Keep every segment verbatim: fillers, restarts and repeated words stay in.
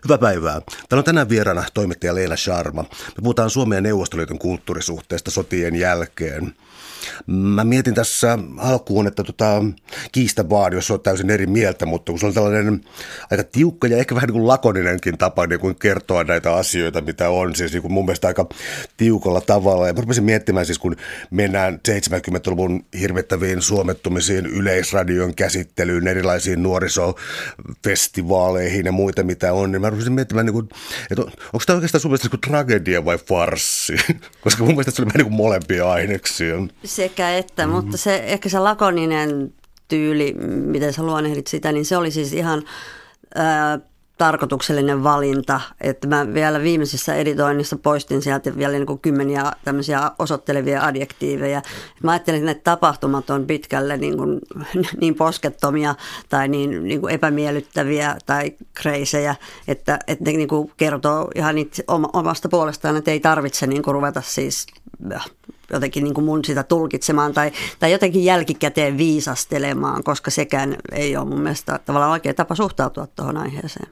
Hyvää päivää. Täällä on tänään vieraana toimittaja Leena Sharma. Me puhutaan Suomen ja Neuvostoliiton kulttuurisuhteesta sotien jälkeen. Mä mietin tässä alkuun, että tota, kiistä vaan, jos olet täysin eri mieltä, mutta kun se on tällainen aika tiukka ja ehkä vähän niin kuin lakoninenkin tapa niin kuin kertoa näitä asioita, mitä on. Siis niin kuin mun mielestä aika tiukalla tavalla. Ja mä rupesin miettimään siis, kun mennään seitsemänkymmentäluvun hirvittäviin suomettumisiin, Yleisradion käsittelyyn, erilaisiin nuorisofestivaaleihin ja muita, mitä on, niin mä rupesin miettimään, niin kuin, että onko tämä oikeastaan sun mielestä niin kuin tragedia vai farssi? Koska mun mielestä se oli vähän niin kuin molempia aineksia. Sekä että, mm-hmm. mutta se, ehkä se lakoninen tyyli, miten sä luonnehdit sitä, niin se oli siis ihan ää, tarkoituksellinen valinta. Että mä vielä viimeisessä editoinnissa poistin sieltä vielä niin kuin kymmeniä tämmöisiä osoittelevia adjektiiveja. Mä ajattelin, että näitä tapahtumat on pitkälle niin, kuin, niin poskettomia tai niin, niin kuin epämiellyttäviä tai kreisejä, että, että ne niin kuin kertoo ihan itse omasta puolestaan, että ei tarvitse niin kuin ruveta siis jotenkin niin kuin mun sitä tulkitsemaan tai, tai jotenkin jälkikäteen viisastelemaan, koska sekään ei ole mun mielestä tavallaan oikea tapa suhtautua tuohon aiheeseen.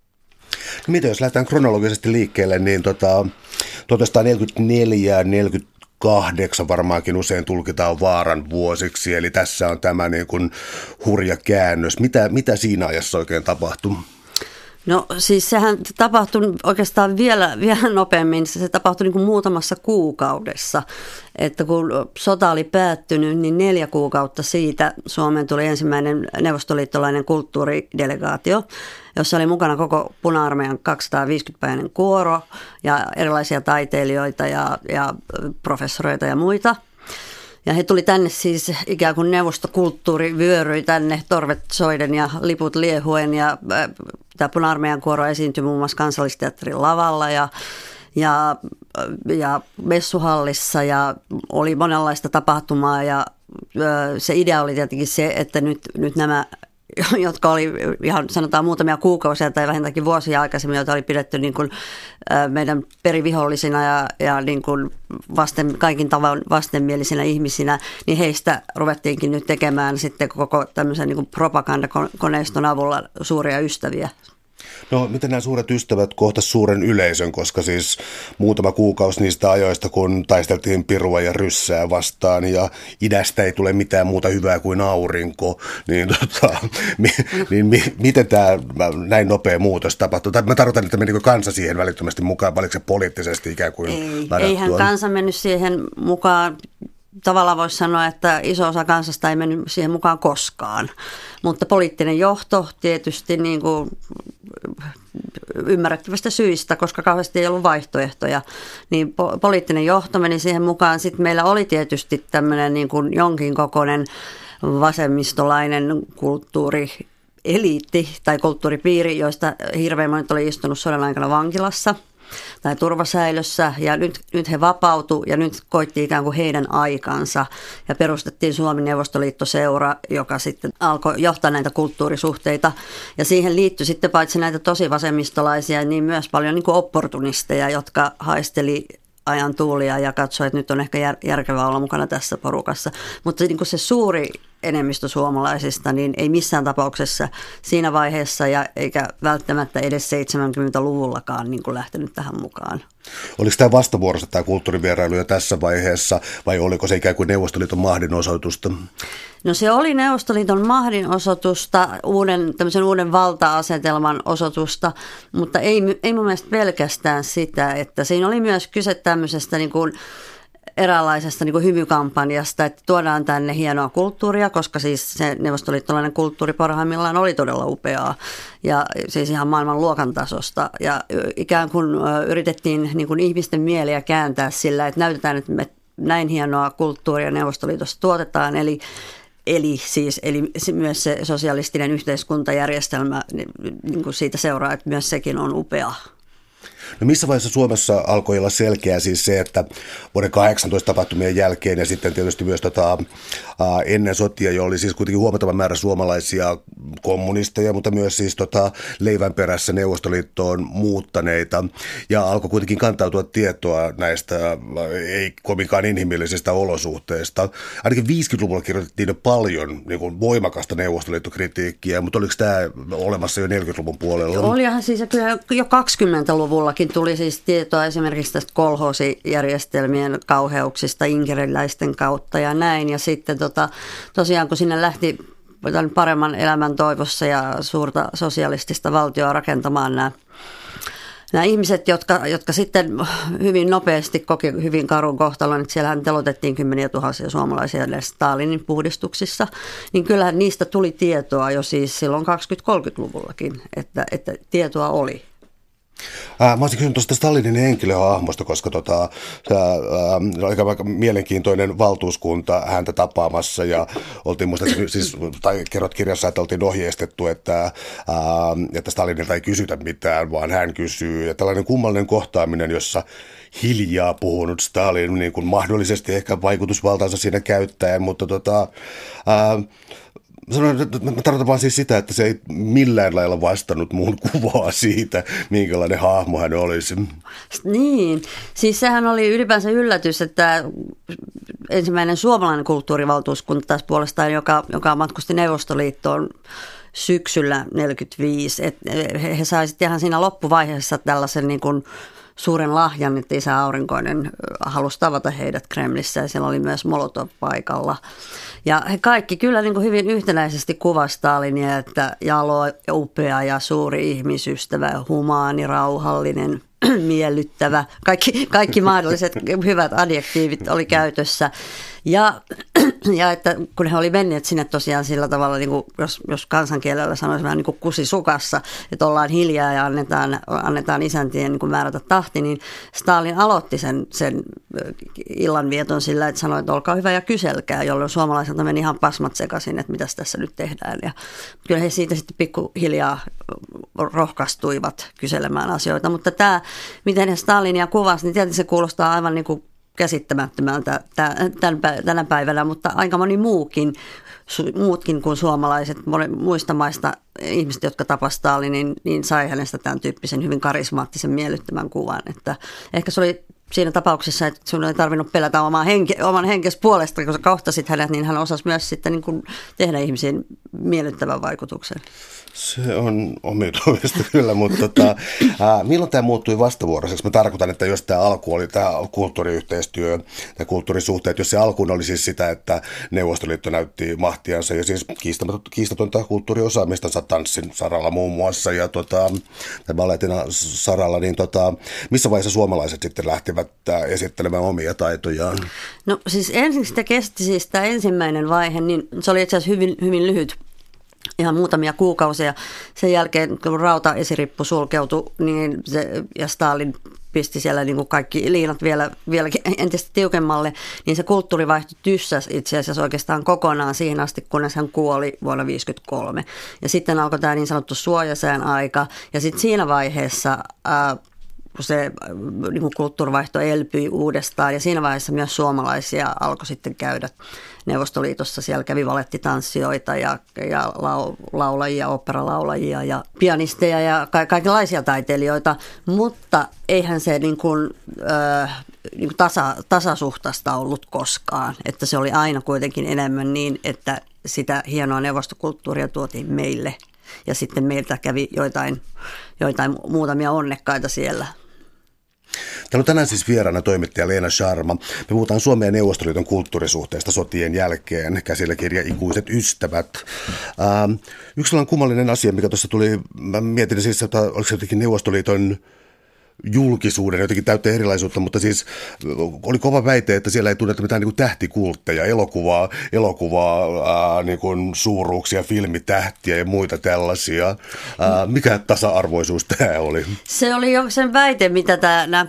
No mitä jos lähdetään kronologisesti liikkeelle, niin tota, tuhatyhdeksänsataaneljäkymmentäneljä neljäkymmentäkahdeksan varmaankin usein tulkitaan vaaran vuosiksi, eli tässä on tämä niin kuin hurja käännös. Mitä, mitä siinä ajassa oikein tapahtui? No siis sehän tapahtui oikeastaan vielä, vielä nopeammin, se tapahtui niin kuin muutamassa kuukaudessa, että kun sota oli päättynyt, niin neljä kuukautta siitä Suomeen tuli ensimmäinen neuvostoliittolainen kulttuuridelegaatio, jossa oli mukana koko Puna-armeijan kaksisataaviisikymmentäpäinen kuoro ja erilaisia taiteilijoita ja, ja professoreita ja muita. Ja he tuli tänne siis ikään kuin neuvostokulttuuri vyöryi tänne torvet soiden ja liput liehuen ja äh, tämä Puna-armeijan kuoro esiintyi muun muassa Kansallisteatterin lavalla ja, ja, ja messuhallissa ja oli monenlaista tapahtumaa ja äh, se idea oli tietenkin se, että nyt, nyt nämä jotka oli ihan sanotaan muutamia kuukausia tai vähintäänkin vuosia aikaisemmin, joita oli pidetty niin kuin, ä, meidän perivihollisina ja, ja niin kuin vasten, kaikin tavoin vastenmielisinä ihmisinä, niin heistä ruvettiinkin nyt tekemään sitten koko tämmöisen niin kuin propagandakoneiston avulla suuria ystäviä. No miten nämä suuret ystävät kohtas suuren yleisön, koska siis muutama kuukausi niistä ajoista, kun taisteltiin pirua ja ryssää vastaan ja idästä ei tule mitään muuta hyvää kuin aurinko, niin, tota, mi, niin mi, miten tämä näin nopea muutos tapahtuu? Tai mä tarkoitan, että menikö kansa siihen välittömästi mukaan, vai oliko se poliittisesti ikään kuin ei, ladattua? Eihän kansa mennyt siihen mukaan. Tavallaan voisi sanoa, että iso osa kansasta ei mennyt siihen mukaan koskaan, mutta poliittinen johto tietysti niin kuin ymmärrettävästä syistä, koska kauheasti ei ollut vaihtoehtoja, niin po- poliittinen johto meni siihen mukaan. Sitten meillä oli tietysti tämmöinen niin kuin jonkin kokoinen vasemmistolainen kulttuurieliitti tai kulttuuripiiri, joista hirveän monet oli istunut sodan aikana vankilassa tai turvasäilössä, ja nyt, nyt he vapautu ja nyt koitti ikään kuin heidän aikansa, ja perustettiin Suomi-Neuvostoliitto-seura, joka sitten alkoi johtaa näitä kulttuurisuhteita, ja siihen liittyi sitten paitsi näitä tosi vasemmistolaisia, niin myös paljon niin kuin opportunisteja, jotka haisteli ajan tuulia ja katsoi, että nyt on ehkä jär, järkevää olla mukana tässä porukassa, mutta niin kuin se suuri enemmistö suomalaisista, niin ei missään tapauksessa siinä vaiheessa ja eikä välttämättä edes seitsemänkymmentäluvullakaan niin kuin lähtenyt tähän mukaan. Oliko tämä vastavuorossa tämä kulttuurivierailu jo tässä vaiheessa vai oliko se ikään kuin Neuvostoliiton mahdinosoitusta? No se oli Neuvostoliiton mahdinosoitusta, uuden, tämmöisen uuden valta-asetelman osoitusta, mutta ei, ei mun mielestä pelkästään sitä, että siinä oli myös kyse tämmöisestä niin kuin eräänlaisesta niin kuin hymykampanjasta, että tuodaan tänne hienoa kulttuuria, koska siis se neuvostoliittolainen kulttuuri parhaimmillaan oli todella upeaa ja siis ihan maailman luokan tasosta. Ja ikään kuin yritettiin niin kuin ihmisten mieliä kääntää sillä, että näytetään, että me näin hienoa kulttuuria Neuvostoliitossa tuotetaan, eli Eli siis eli myös se sosialistinen yhteiskuntajärjestelmä, niin kuin siitä seuraa, että myös sekin on upea. No missä vaiheessa Suomessa alkoi olla selkeä siis se, että vuoden kahdeksantoista tapahtumien jälkeen ja sitten tietysti myös tota, ennen sotia, jo oli siis kuitenkin huomattava määrä suomalaisia kommunisteja, mutta myös siis tota, leivän perässä Neuvostoliittoon muuttaneita ja alkoi kuitenkin kantautua tietoa näistä ei kovinkaan inhimillisistä olosuhteista. Ainakin viisikymmentäluvulla kirjoitettiin jo paljon niin kuin voimakasta neuvostoliittokritiikkiä, mutta oliko tämä olemassa jo neljäkymmentäluvun puolella? Olihan siis kyllä jo kaksikymmentäluvullakin tuli siis tietoa esimerkiksi tästä kolhoosijärjestelmien kauheuksista inkeriläisten kautta ja näin. Ja sitten tota, tosiaan kun sinne lähti paremman elämän toivossa ja suurta sosialistista valtioa rakentamaan nämä Nämä ihmiset, jotka, jotka sitten hyvin nopeasti koki hyvin karun kohtalon, että siellähän telotettiin kymmeniä tuhansia suomalaisia Stalinin puhdistuksissa, niin kyllähän niistä tuli tietoa jo siis silloin kaksikymmentä-kolmekymmentäluvullakin, että, että tietoa oli. Ää, mä olisin kysynyt tuosta Stalinin henkilöhahmosta, koska tota, ää, oli aika mielenkiintoinen valtuuskunta häntä tapaamassa ja oltiin muista, siis, tai kerrot kirjassa, että oltiin ohjeistettu, että, ää, että Stalinilta ei kysytä mitään, vaan hän kysyy. Ja tällainen kummallinen kohtaaminen, jossa hiljaa puhunut Stalin, niin kuin mahdollisesti ehkä vaikutusvaltaansa siinä käyttäen, mutta tota, ää, Sanoin, että mä tarkoitan vaan siis sitä, että se ei millään lailla vastannut mun kuvaa siitä, minkälainen hahmo hän olisi. Niin, siis sehän oli ylipäänsä yllätys, että ensimmäinen suomalainen kulttuurivaltuuskunta taas puolestaan, joka, joka matkusti Neuvostoliittoon syksyllä neljäkymmentäviisi, että he saivat ihan siinä loppuvaiheessa tällaisen niin kuin suuren lahjan, että isä Aurinkoinen halusi tavata heidät Kremlissä ja siellä oli myös Molotov paikalla. Ja he kaikki kyllä niin kuin hyvin yhtenäisesti kuvasi Stalinia, että jalo, upea ja suuri ihmisystävä, humaani, rauhallinen, miellyttävä. Kaikki, kaikki mahdolliset hyvät adjektiivit oli käytössä. Ja, ja että kun he oli menneet sinne tosiaan sillä tavalla, niin kuin jos, jos kansankielellä sanoisi vähän niin kuin kusi sukassa, että ollaan hiljaa ja annetaan, annetaan isäntien niin kuin määrätä tahti, niin Stalin aloitti sen, sen illanvieton sillä, että sanoi, että olkaa hyvä ja kyselkää, jolloin suomalaisilta meni ihan pasmat sekaisin, että mitäs tässä nyt tehdään. Ja kyllä he siitä sitten pikkuhiljaa rohkaistuivat kyselemään asioita, mutta tämä, miten he Stalinia kuvasi, niin tietysti se kuulostaa aivan niin kuin käsittämättömältä tänä päivänä, mutta aika moni muukin, muutkin kuin suomalaiset, muista maista ihmiset, jotka tapasivat Stalinin, niin sai hänestä tämän tyyppisen hyvin karismaattisen miellyttävän kuvan. Että ehkä se oli siinä tapauksessa, että sinun ei tarvinnut pelätä oman, henke, oman henkes puolesta, kun sä kohtasit hänet, niin hän osasi myös sitten niin kuin tehdä ihmisiin miellyttävän vaikutuksen. Se on omituista kyllä, mutta tota, ää, milloin tämä muuttui vastavuoroiseksi? Mä tarkoitan, että jos tämä alku oli tämä kulttuuriyhteistyö ja kulttuurisuhteet, jos se alkuun oli siis sitä, että Neuvostoliitto näytti mahtiansa ja siis kiistatonta kulttuuriosaamistansa tanssin saralla muun muassa ja tota, balletin saralla, niin tota, missä vaiheessa suomalaiset sitten lähtivät esittelemään omia taitojaan? No siis ensin sitä kesti siis tämä ensimmäinen vaihe, niin se oli itse asiassa hyvin, hyvin lyhyt. Ihan muutamia kuukausia. Sen jälkeen, kun rautaesirippu sulkeutui, niin se, ja Stalin pisti siellä niin kuin kaikki liinat vielä, vieläkin entistä tiukemmalle, niin se kulttuurivaihto tyssäsi itse asiassa oikeastaan kokonaan siihen asti, kunnes hän kuoli vuonna tuhatyhdeksänsataayhdeksänkymmentäkolme. Ja sitten alkoi tämä niin sanottu suojasään aika, ja sitten siinä vaiheessa ää, kun se niin kuin kulttuurivaihto elpyi uudestaan, ja siinä vaiheessa myös suomalaisia alkoi sitten käydä Neuvostoliitossa. Siellä kävi valettitanssijoita ja, ja lau, laulajia, oopperalaulajia ja pianisteja ja ka- kaikenlaisia taiteilijoita, mutta eihän se niin kuin, äh, niin kuin tasa, tasasuhtaista ollut koskaan, että se oli aina kuitenkin enemmän niin, että sitä hienoa neuvostokulttuuria tuotiin meille ja sitten meiltä kävi joitain, joitain muutamia onnekkaita siellä. Täällä on tänään siis vieraana toimittaja Leena Sharma. Me puhutaan Suomen ja Neuvostoliiton kulttuurisuhteista sotien jälkeen. Käsillä kirja Ikuiset ystävät. Ähm, yksi sellainen kummallinen asia, mikä tuossa tuli, mä mietin siis, että oliko se jotenkin Neuvostoliiton julkisuuden jotenkin täyttä erilaisuutta, mutta siis oli kova väite, että siellä ei tunneta mitään niin kuin tähtikultteja, elokuvaa, elokuvaa ää, niin kuin suuruuksia, filmitähtiä ja muita tällaisia. Ää, mikä tasa-arvoisuus tämä oli? Se oli jo sen väite, mitä tämä, nämä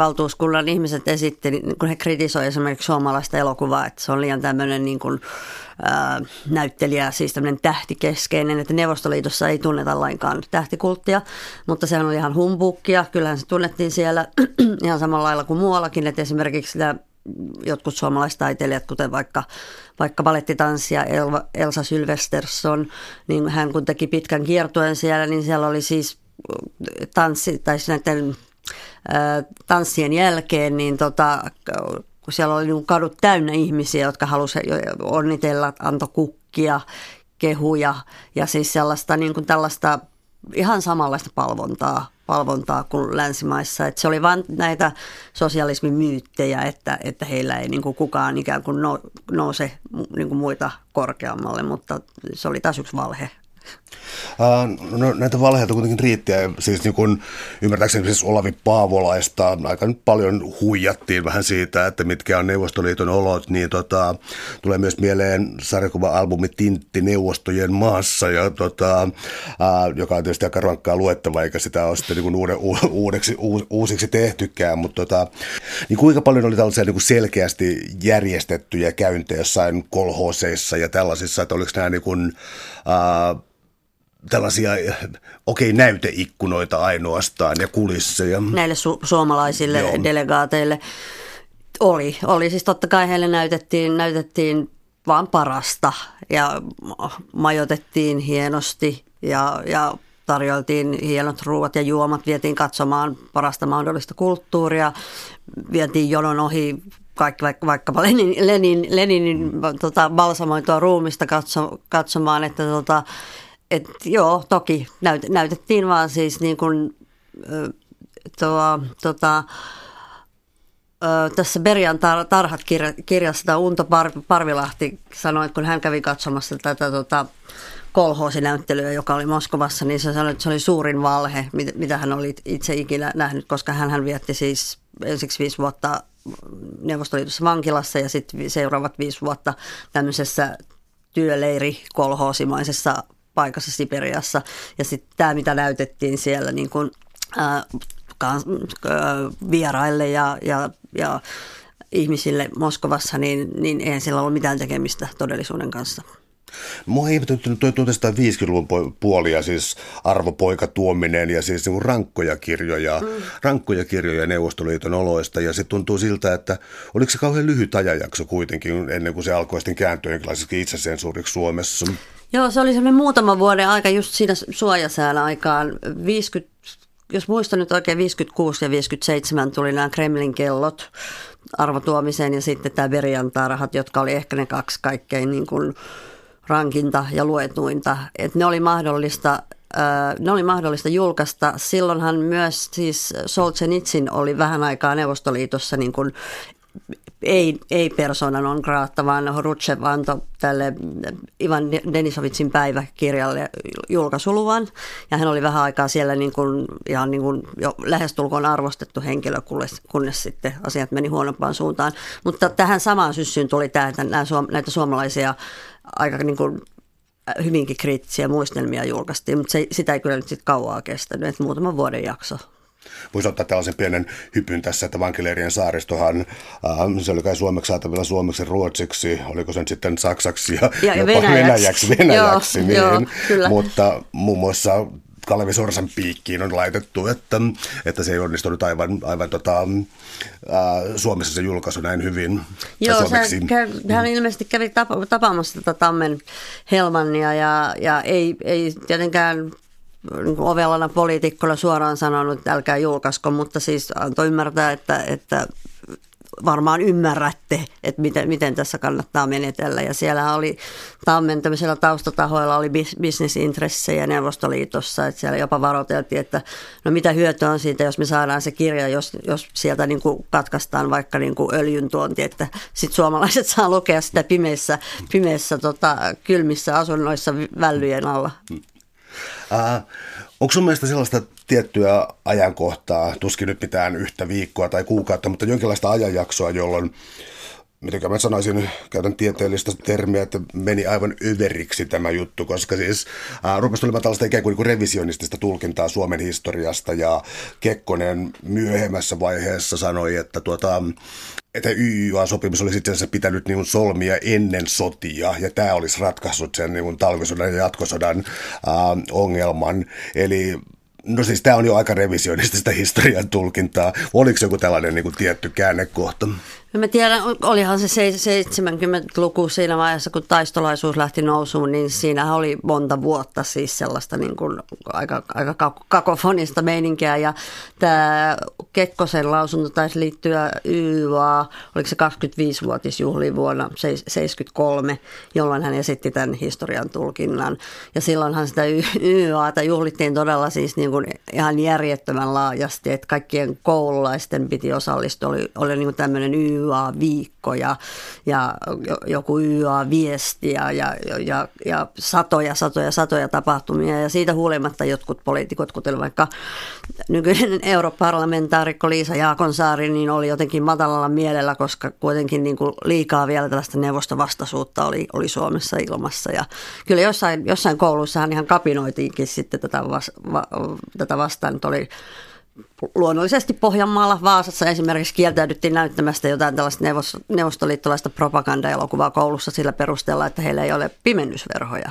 kulttuurivaltuuskunnan ihmiset esitti, kun he kritisoivat esimerkiksi suomalaista elokuvaa, että se on liian tämmöinen niin kuin ää, näyttelijä, siis tämmöinen tähtikeskeinen, että Neuvostoliitossa ei tunneta lainkaan tähtikulttia, mutta sehän oli ihan humbukkia, kyllähän se tunnettiin siellä ihan samalla lailla kuin muuallakin, että esimerkiksi sitä jotkut suomalaistaiteilijat, kuten vaikka, vaikka balettitanssija Elsa Sylvestersson, niin hän kun teki pitkän kiertueen siellä, niin siellä oli siis tanssi, tai näiden ä, tanssien jälkeen, niin tota, kun siellä oli niin kadut täynnä ihmisiä, jotka halusivat onnitella, antoi kukkia, kehuja ja siis sellaista niin kuin tällaista ihan samanlaista palvontaa, palvontaa kuin länsimaissa. Että se oli vain näitä sosialismin myyttejä, että, että heillä ei niin kuin kukaan ikään kuin nouse niin kuin muita korkeammalle, mutta se oli taas yksi valhe. Uh, no, näitä valheita kuitenkin riitti, ja siis niin kun, ymmärtääkseni siis Olavi Paavolaista aika nyt paljon huijattiin vähän siitä, että mitkä on Neuvostoliiton olot, niin tota, tulee myös mieleen sarjakuva-albumi Tintti Neuvostojen maassa, ja, tota, uh, joka on tietysti aika rankkaa luettava, eikä sitä ole sitten niin uuden, u, uudeksi, u, uusiksi tehtykään, mutta tota, niin kuinka paljon oli tällaisia niin kuin selkeästi järjestettyjä käyntejä jossain kolhooseissa ja tällaisissa, että oliko nämä niin kuin, uh, tällaisia, okei, okay, näyteikkunoita ainoastaan ja kulisseja. Näille su- suomalaisille Joo. delegaateille oli. Oli siis totta kai heille näytettiin, näytettiin vaan parasta ja majoitettiin hienosti ja, ja tarjoltiin hienot ruuat ja juomat, vietiin katsomaan parasta mahdollista kulttuuria, vietiin jonon ohi kaikki, vaikkapa Lenin, Lenin, Leninin tota, balsamoitua ruumista katso, katsomaan, että tota, et, joo, toki näyt, näytettiin vaan siis niin kuin tuo, tota, tässä Berjan tarhat kirjassa Unto Parvilahti sanoi, että kun hän kävi katsomassa tätä tota, kolhoosinäyttelyä, joka oli Moskovassa, niin se sanoi, että se oli suurin valhe, mitä hän oli itse ikinä nähnyt, koska hän vietti siis ensiksi viisi vuotta Neuvostoliitossa vankilassa ja sitten seuraavat viisi vuotta tämmöisessä työleiri kolhoosimaisessa paikassa Siperiassa. Ja sitten tämä, mitä näytettiin siellä niin kuin, ää, kans, ää, vieraille ja, ja, ja ihmisille Moskovassa, niin, niin eihän sillä ollut mitään tekemistä todellisuuden kanssa. Mua ei ihmetynyt tuo tuhatyhdeksänsataaviisikymmentäluvun puolia, siis Arvo Poika Tuominen ja siis niin rankkoja kirjoja, mm. rankkoja kirjoja Neuvostoliiton oloista. Ja se tuntuu siltä, että oliko se kauhean lyhyt ajanjakso kuitenkin ennen kuin se alkoi sitten kääntyä jonkinlaiseksi itsesensuuriksi Suomessa? Joo, se oli semmoinen muutama vuoden aika just siinä suojasään aikaan. viisikymmentä, jos muistan nyt oikein, viisikymmentäkuusi ja viisikymmentäseitsemän tuli nämä Kremlin kellot Arvo Tuomisen ja sitten tämä Berjan tarhat, jotka oli ehkä ne kaksi kaikkein niin kuin rankinta ja luetuinta, että ne oli mahdollista, ne oli mahdollista julkaista. Silloinhan myös siis Solzhenitsyn oli vähän aikaa Neuvostoliitossa niin kuin ei, ei persona non grata, vaan Hrutšev antoi tälle Ivan Denisovitsin päiväkirjalle julkaisuluvan. Ja hän oli vähän aikaa siellä niin kuin, ihan niin kuin jo lähestulkoon arvostettu henkilö, kunnes, kunnes sitten asiat meni huonompaan suuntaan. Mutta tähän samaan syssyyn tuli tämä, että näitä suomalaisia aika niin kuin hyvinkin kriittisiä muistelmia julkaistiin, mutta se, sitä ei kyllä nyt sitten kauaa kestänyt, että muutaman vuoden jakso. Voisi ottaa tällaisen pienen hypyn tässä, että vankileirien saaristohan, äh, se oli kai suomeksi saatavilla suomeksi ruotsiksi, oliko se nyt sitten saksaksi ja, ja, ja jopa venäjäksi, venäjäksi, venäjäksi joo, niin, joo, kyllä. Mutta muun muassa Kalevi Sorsan piikkiin on laitettu, että, että se ei onnistunut aivan, aivan tota, ää, Suomessa se julkaisu näin hyvin. Joo, kä- hän ilmeisesti kävi tapa- tapaamassa tätä Tammen Helmannia ja, ja ei, ei tietenkään niin ovelana poliitikkona suoraan sanonut, että älkää julkaisko, mutta siis antoi ymmärtää, että, että varmaan ymmärrätte, että miten, miten tässä kannattaa menetellä. Ja siellä oli Tammen tämmöisellä taustatahoilla oli bisnesintressejä Neuvostoliitossa, että siellä jopa varoiteltiin, että no mitä hyötyä on siitä, jos me saadaan se kirja, jos, jos sieltä niin kuin katkaistaan vaikka niin kuin öljyn tuonti, että sitten suomalaiset saa lukea sitä pimeissä, pimeissä tota, kylmissä asunnoissa vällyjen alla. Uh, onko sun mielestä sellaista tiettyä ajankohtaa, tuskin nyt mitään yhtä viikkoa tai kuukautta, mutta jonkinlaista ajanjaksoa, jolloin mitenkä mä sanoisin, käytän tieteellistä termiä, että meni aivan överiksi tämä juttu, koska siis äh, rupesi tulemaan tällaista ikään kuin, niin kuin revisionistista tulkintaa Suomen historiasta, ja Kekkonen myöhemmässä vaiheessa sanoi, että tuota, että Y Y A-sopimus olisi itse asiassa pitänyt niin kuin solmia ennen sotia, ja tämä olisi ratkaissut sen niin kuin talvisodan ja jatkosodan äh, ongelman. Eli no siis tämä on jo aika revisionistista historian tulkintaa. Oliko joku tällainen niin kuin tietty käännekohta? Mä tiedän, olihan se seitsemänkymmentäluku siinä vaiheessa, kun taistolaisuus lähti nousuun, niin siinä oli monta vuotta siis sellaista niin kuin aika, aika kakofonista meininkiä. Ja tämä Kekkosen lausunto taisi liittyä Y Y A, oliko se kaksikymmentäviisivuotisjuhliin vuonna seitsemänkymmentäkolme, jolloin hän esitti tämän historian tulkinnan. Ja silloinhan sitä Y Y A:ta juhlittiin todella siis niin kuin ihan järjettömän laajasti, että kaikkien koululaisten piti osallistua, oli, oli niin kuin tämmöinen Y Y A-viikko ja, ja joku Y Y A-viesti ja, ja, ja, ja satoja, satoja, satoja tapahtumia. Ja siitä huolimatta jotkut poliitikot, kuten vaikka nykyinen europarlamentaarikko Liisa Jaakonsaari, niin oli jotenkin matalalla mielellä, koska kuitenkin niin kuin liikaa vielä tällaista neuvostovastaisuutta oli, oli Suomessa ilmassa. Ja kyllä jossain, jossain kouluissahan ihan kapinoitiinkin sitten tätä, vas, va, tätä vastaan, että oli luonnollisesti Pohjanmaalla Vaasassa esimerkiksi kieltäydyttiin näyttämästä jotain tällaista neuvostoliittolaista propagandaelokuvaa koulussa sillä perusteella, että heillä ei ole pimennysverhoja.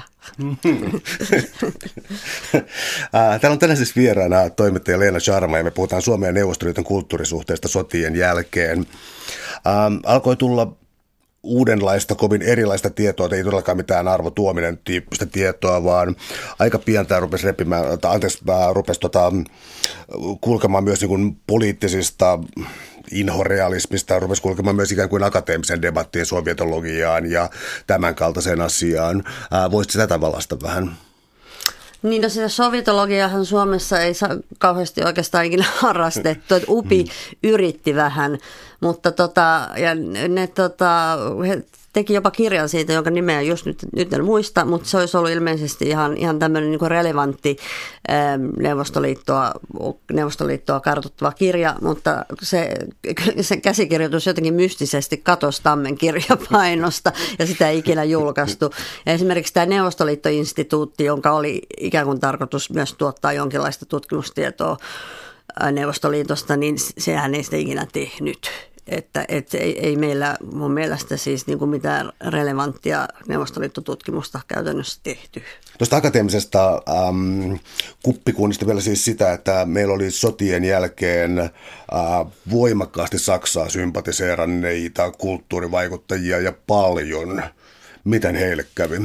Täällä on tänään siis vieraana toimittaja Leena Sharma ja me puhutaan Suomen ja Neuvostoliiton kulttuurisuhteista sotien jälkeen. Ähm, alkoi tulla uudenlaista, kovin erilaista tietoa, ei todellakaan mitään Arvo Tuominen tyyppistä tietoa, vaan aika pian tämä rupesi repimään, anteeksi, rupesi tota, kulkemaan myös niin kuin poliittisista inhorealismista, rupesi kulkemaan myös ikään kuin akateemisen debattien sovietologiaan ja tämän kaltaiseen asiaan. Voisitko tätä valaista vähän? Niin, no sitä sovietologiahan Suomessa ei saa kauheasti oikeastaan ikinä harrastettu, että U P I yritti vähän, mutta tota, ja ne tota, he teki jopa kirjan siitä, jonka nimeä just nyt, nyt en muista, mutta se olisi ollut ilmeisesti ihan, ihan tämmöinen niin kuin relevantti ähm, Neuvostoliittoa, Neuvostoliittoa kartoittava kirja, mutta se, se käsikirjoitus jotenkin mystisesti katosi Tammen kirjapainosta ja sitä ei ikinä julkaistu. Ja esimerkiksi tämä Neuvostoliittoinstituutti, jonka oli ikään kuin tarkoitus myös tuottaa jonkinlaista tutkimustietoa Neuvostoliitosta, niin sehän ei sitä ikinä tehnyt. Että et ei, ei meillä mun mielestä siis niin kuin mitään relevanttia Neuvostoliittotutkimusta käytännössä tehty. Tuosta akateemisesta ähm, kuppikunnista vielä siis sitä, että meillä oli sotien jälkeen äh, voimakkaasti Saksaa sympatiseeranneita kulttuurivaikuttajia ja paljon. Miten heille kävi?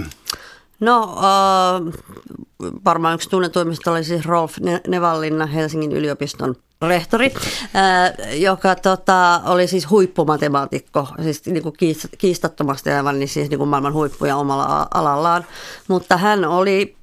No äh, varmaan yksi tunnetuimmista oli siis Rolf Nevallinna, Helsingin yliopiston rehtori, ää, joka tota, oli siis huippumatemaatikko, siis niin kuin kiistattomasti aivan niin siis niin kuin maailman huippuja omalla alallaan, mutta hän oli,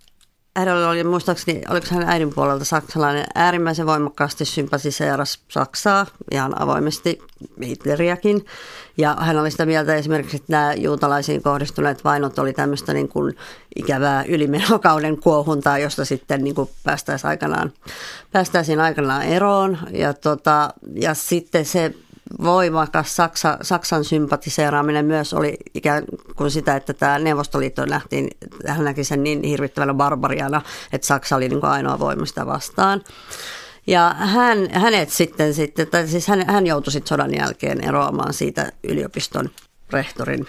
hän oli muistaakseni, oliko hän äidin puolelta saksalainen, äärimmäisen voimakkaasti sympatiseerasi Saksaa, ihan avoimesti Hitleriäkin, ja hän oli sitä mieltä esimerkiksi, että nämä juutalaisiin kohdistuneet vainot oli tämmöistä niin kuin ikävää ylimenokauden kuohuntaa, josta sitten niin kuin päästäisiin aikanaan, päästäisiin aikanaan eroon, ja, tota, ja sitten se voimakas Saksa, Saksan sympatiseeraaminen myös oli ikään kuin sitä, että tämä Neuvostoliitto nähtiin, hän näki sen niin hirvittävänä barbariana, että Saksa oli niin kuin ainoa voima sitä vastaan. Ja hän, hänet sitten, sitten tai siis hän, hän joutui sitten sodan jälkeen eroamaan siitä yliopiston rehtorin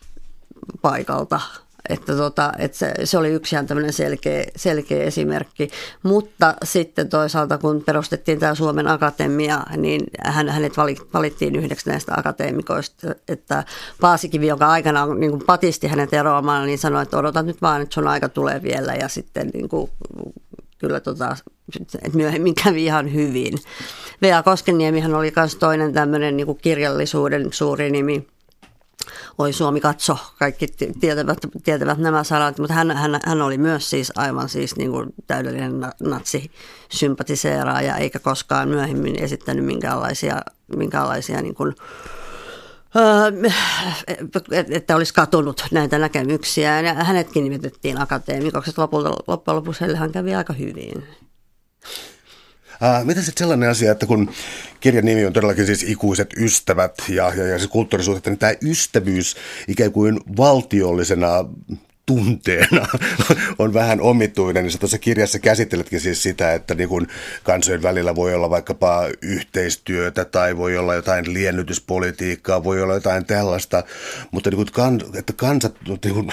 paikalta. Että, tota, että se, se oli yksi ihan tämmöinen selkeä, selkeä esimerkki, mutta sitten toisaalta kun perustettiin tämä Suomen Akatemia, niin hän, hänet valittiin yhdeksi näistä akateemikoista, että Paasikivi, joka aikanaan niin kuin patisti hänet eroamaan, niin sanoi, että odotat nyt vaan, että sun aika tulee vielä ja sitten niin kuin, kyllä tota, että myöhemmin kävi ihan hyvin. Vea Koskenniemihän oli myös toinen tämmöinen niin kuin kirjallisuuden suuri nimi. Oi Suomi katso, kaikki tietävät, tietävät nämä sanat, mutta hän, hän, hän oli myös siis aivan siis niin kuin täydellinen natsisympatiseeraaja, eikä koskaan myöhemmin esittänyt minkäänlaisia, minkäänlaisia niin kuin, että olisi katunut näitä näkemyksiä. Ja hänetkin nimitettiin akateemikoksi, että lopulta, loppujen lopuksi hän kävi aika hyvin. Äh, miten sitten sellainen asia, että kun kirjan nimi on todellakin siis Ikuiset ystävät ja, ja, ja se kulttuurisuhteet, niin tämä ystävyys ikään kuin valtiollisena tunteena on vähän omituinen, niin sä tuossa kirjassa käsitteletkin siis sitä, että niin kun kansojen välillä voi olla vaikkapa yhteistyötä tai voi olla jotain liennytyspolitiikkaa, voi olla jotain tällaista, mutta niin kun, että kansat, niin kun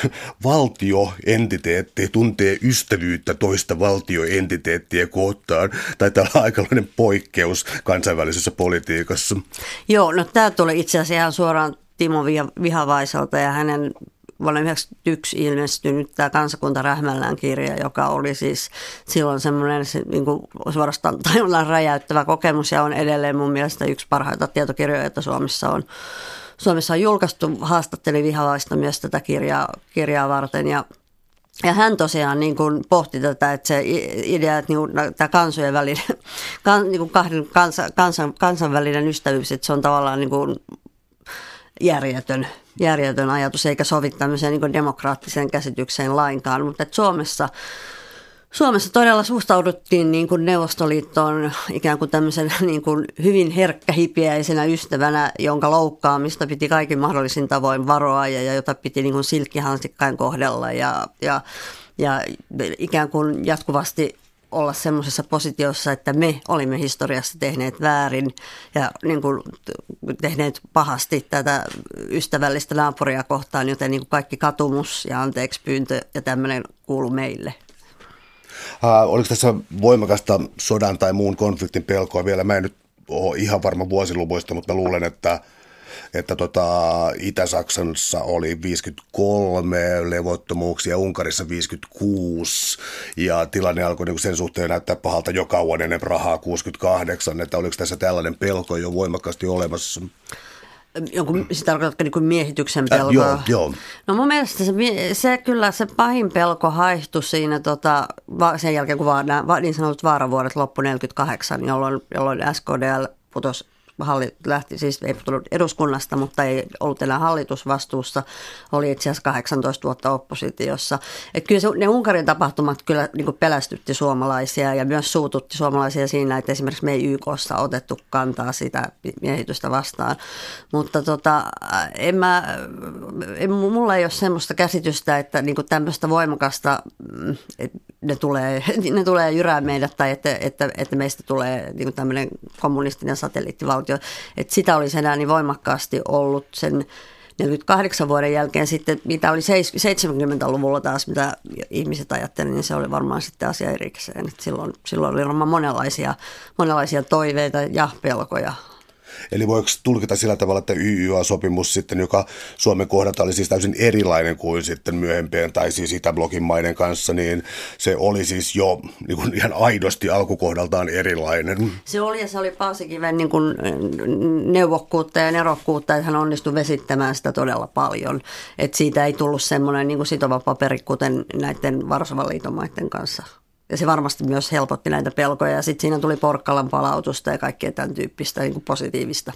valtioentiteetti tuntee ystävyyttä toista valtioentiteettiä kohtaan, taitaa olla aikalainen poikkeus kansainvälisessä politiikassa. Joo, no tämä tuli itse asiassa ihan suoraan Timo Vihavaiselta ja hänen vuonna yhdeksänkymmentäyksi ilmestynyt tämä Kansakunta Rähmällään -kirja, joka oli siis silloin semmoinen se, niin kuin suorastaan tajunnan räjäyttävä kokemus ja on edelleen mun mielestä yksi parhaita tietokirjoja, joita Suomessa on, Suomessa on julkaistu. Haastattelin Vihavaista myös tätä kirjaa, kirjaa varten ja Ja hän tosiaan niin kuin pohti tätä, että se idea, että niin kuin, tämä kansojen välinen, kan, niin kuin kahden kansa, kansan, kansanvälinen ystävyys, että se on tavallaan niin kuin järjetön, järjetön ajatus, eikä sovi tämmöiseen niin kuin demokraattiseen käsitykseen lainkaan, mutta että Suomessa, Suomessa todella suhtauduttiin niin kuin Neuvostoliittoon ikään kuin tämmöisen niin kuin hyvin herkkähipiäisenä ystävänä, jonka loukkaamista piti kaikin mahdollisin tavoin varoa ja, ja jota piti niin kuin silkkihansikkain kohdella ja, ja, ja ikään kuin jatkuvasti olla semmoisessa positiossa, että me olimme historiassa tehneet väärin ja niin kuin tehneet pahasti tätä ystävällistä naapuria kohtaan, joten niin kuin kaikki katumus ja anteeksi pyyntö ja tämmöinen kuului meille. Uh, oliko tässä voimakasta sodan tai muun konfliktin pelkoa vielä? Mä en nyt ole ihan varma vuosiluvuista, mutta mä luulen, että, että tota, Itä-Saksassa oli viisikymmentäkolme levottomuuksia, Unkarissa viisikymmentäkuusi ja tilanne alkoi niin sen suhteen näyttää pahalta jo kauan ennen Prahaa kuusikymmentäkahdeksan, että oliko tässä tällainen pelko jo voimakkaasti olemassa? Jonkun, sitä tarkoitatko niin kuin miehityksen pelkoa? Äh, joo, joo. No mun mielestä se, se kyllä se pahin pelko haihtui siinä tota, sen jälkeen, kun vaan, nämä niin sanotut vaaravuodet loppui neljäkymmentäkahdeksan, jolloin, jolloin S K D L putosi. Halli, lähti siis, ei tullut eduskunnasta, mutta ei ollut enää hallitusvastuussa, oli itse asiassa kahdeksantoista vuotta oppositiossa. Että kyllä se, ne Unkarin tapahtumat kyllä niin kuin pelästytti suomalaisia ja myös suututti suomalaisia siinä, että esimerkiksi me ei Y K:ssa otettu kantaa sitä miehitystä vastaan. Mutta tota, en mä, en, mulla ei ole semmoista käsitystä, että niin kuin tämmöistä voimakasta, että ne tulee, ne tulee jyrää meidät tai että, että, että meistä tulee niin kuin tämmöinen kommunistinen satelliittivaltio. Että sitä olisi enää niin voimakkaasti ollut sen neljänkymmentäkahdeksan vuoden jälkeen sitten, mitä oli seitsemänkymmentäluvulla taas, mitä ihmiset ajattelivat, niin se oli varmaan sitten asia erikseen. Että silloin, silloin oli varmaan monenlaisia, monenlaisia toiveita ja pelkoja. Eli voiko tulkita sillä tavalla, että Y Y A-sopimus sitten, joka Suomen kohdalta oli siis täysin erilainen kuin sitten myöhempien tai siis Itäblokin maiden kanssa, niin se oli siis jo niin kuin ihan aidosti alkukohdaltaan erilainen. Se oli ja se oli Paasikiven niin kuin neuvokkuutta ja nerokkuutta, että hän onnistui vesittämään sitä todella paljon. Että siitä ei tullut semmoinen niin kuin sitova paperi, kuten näiden Varsovan liiton maiden kanssa. Ja se varmasti myös helpotti näitä pelkoja. Ja sitten siinä tuli Porkkalan palautusta ja kaikkea tämän tyyppistä niin kuin positiivista.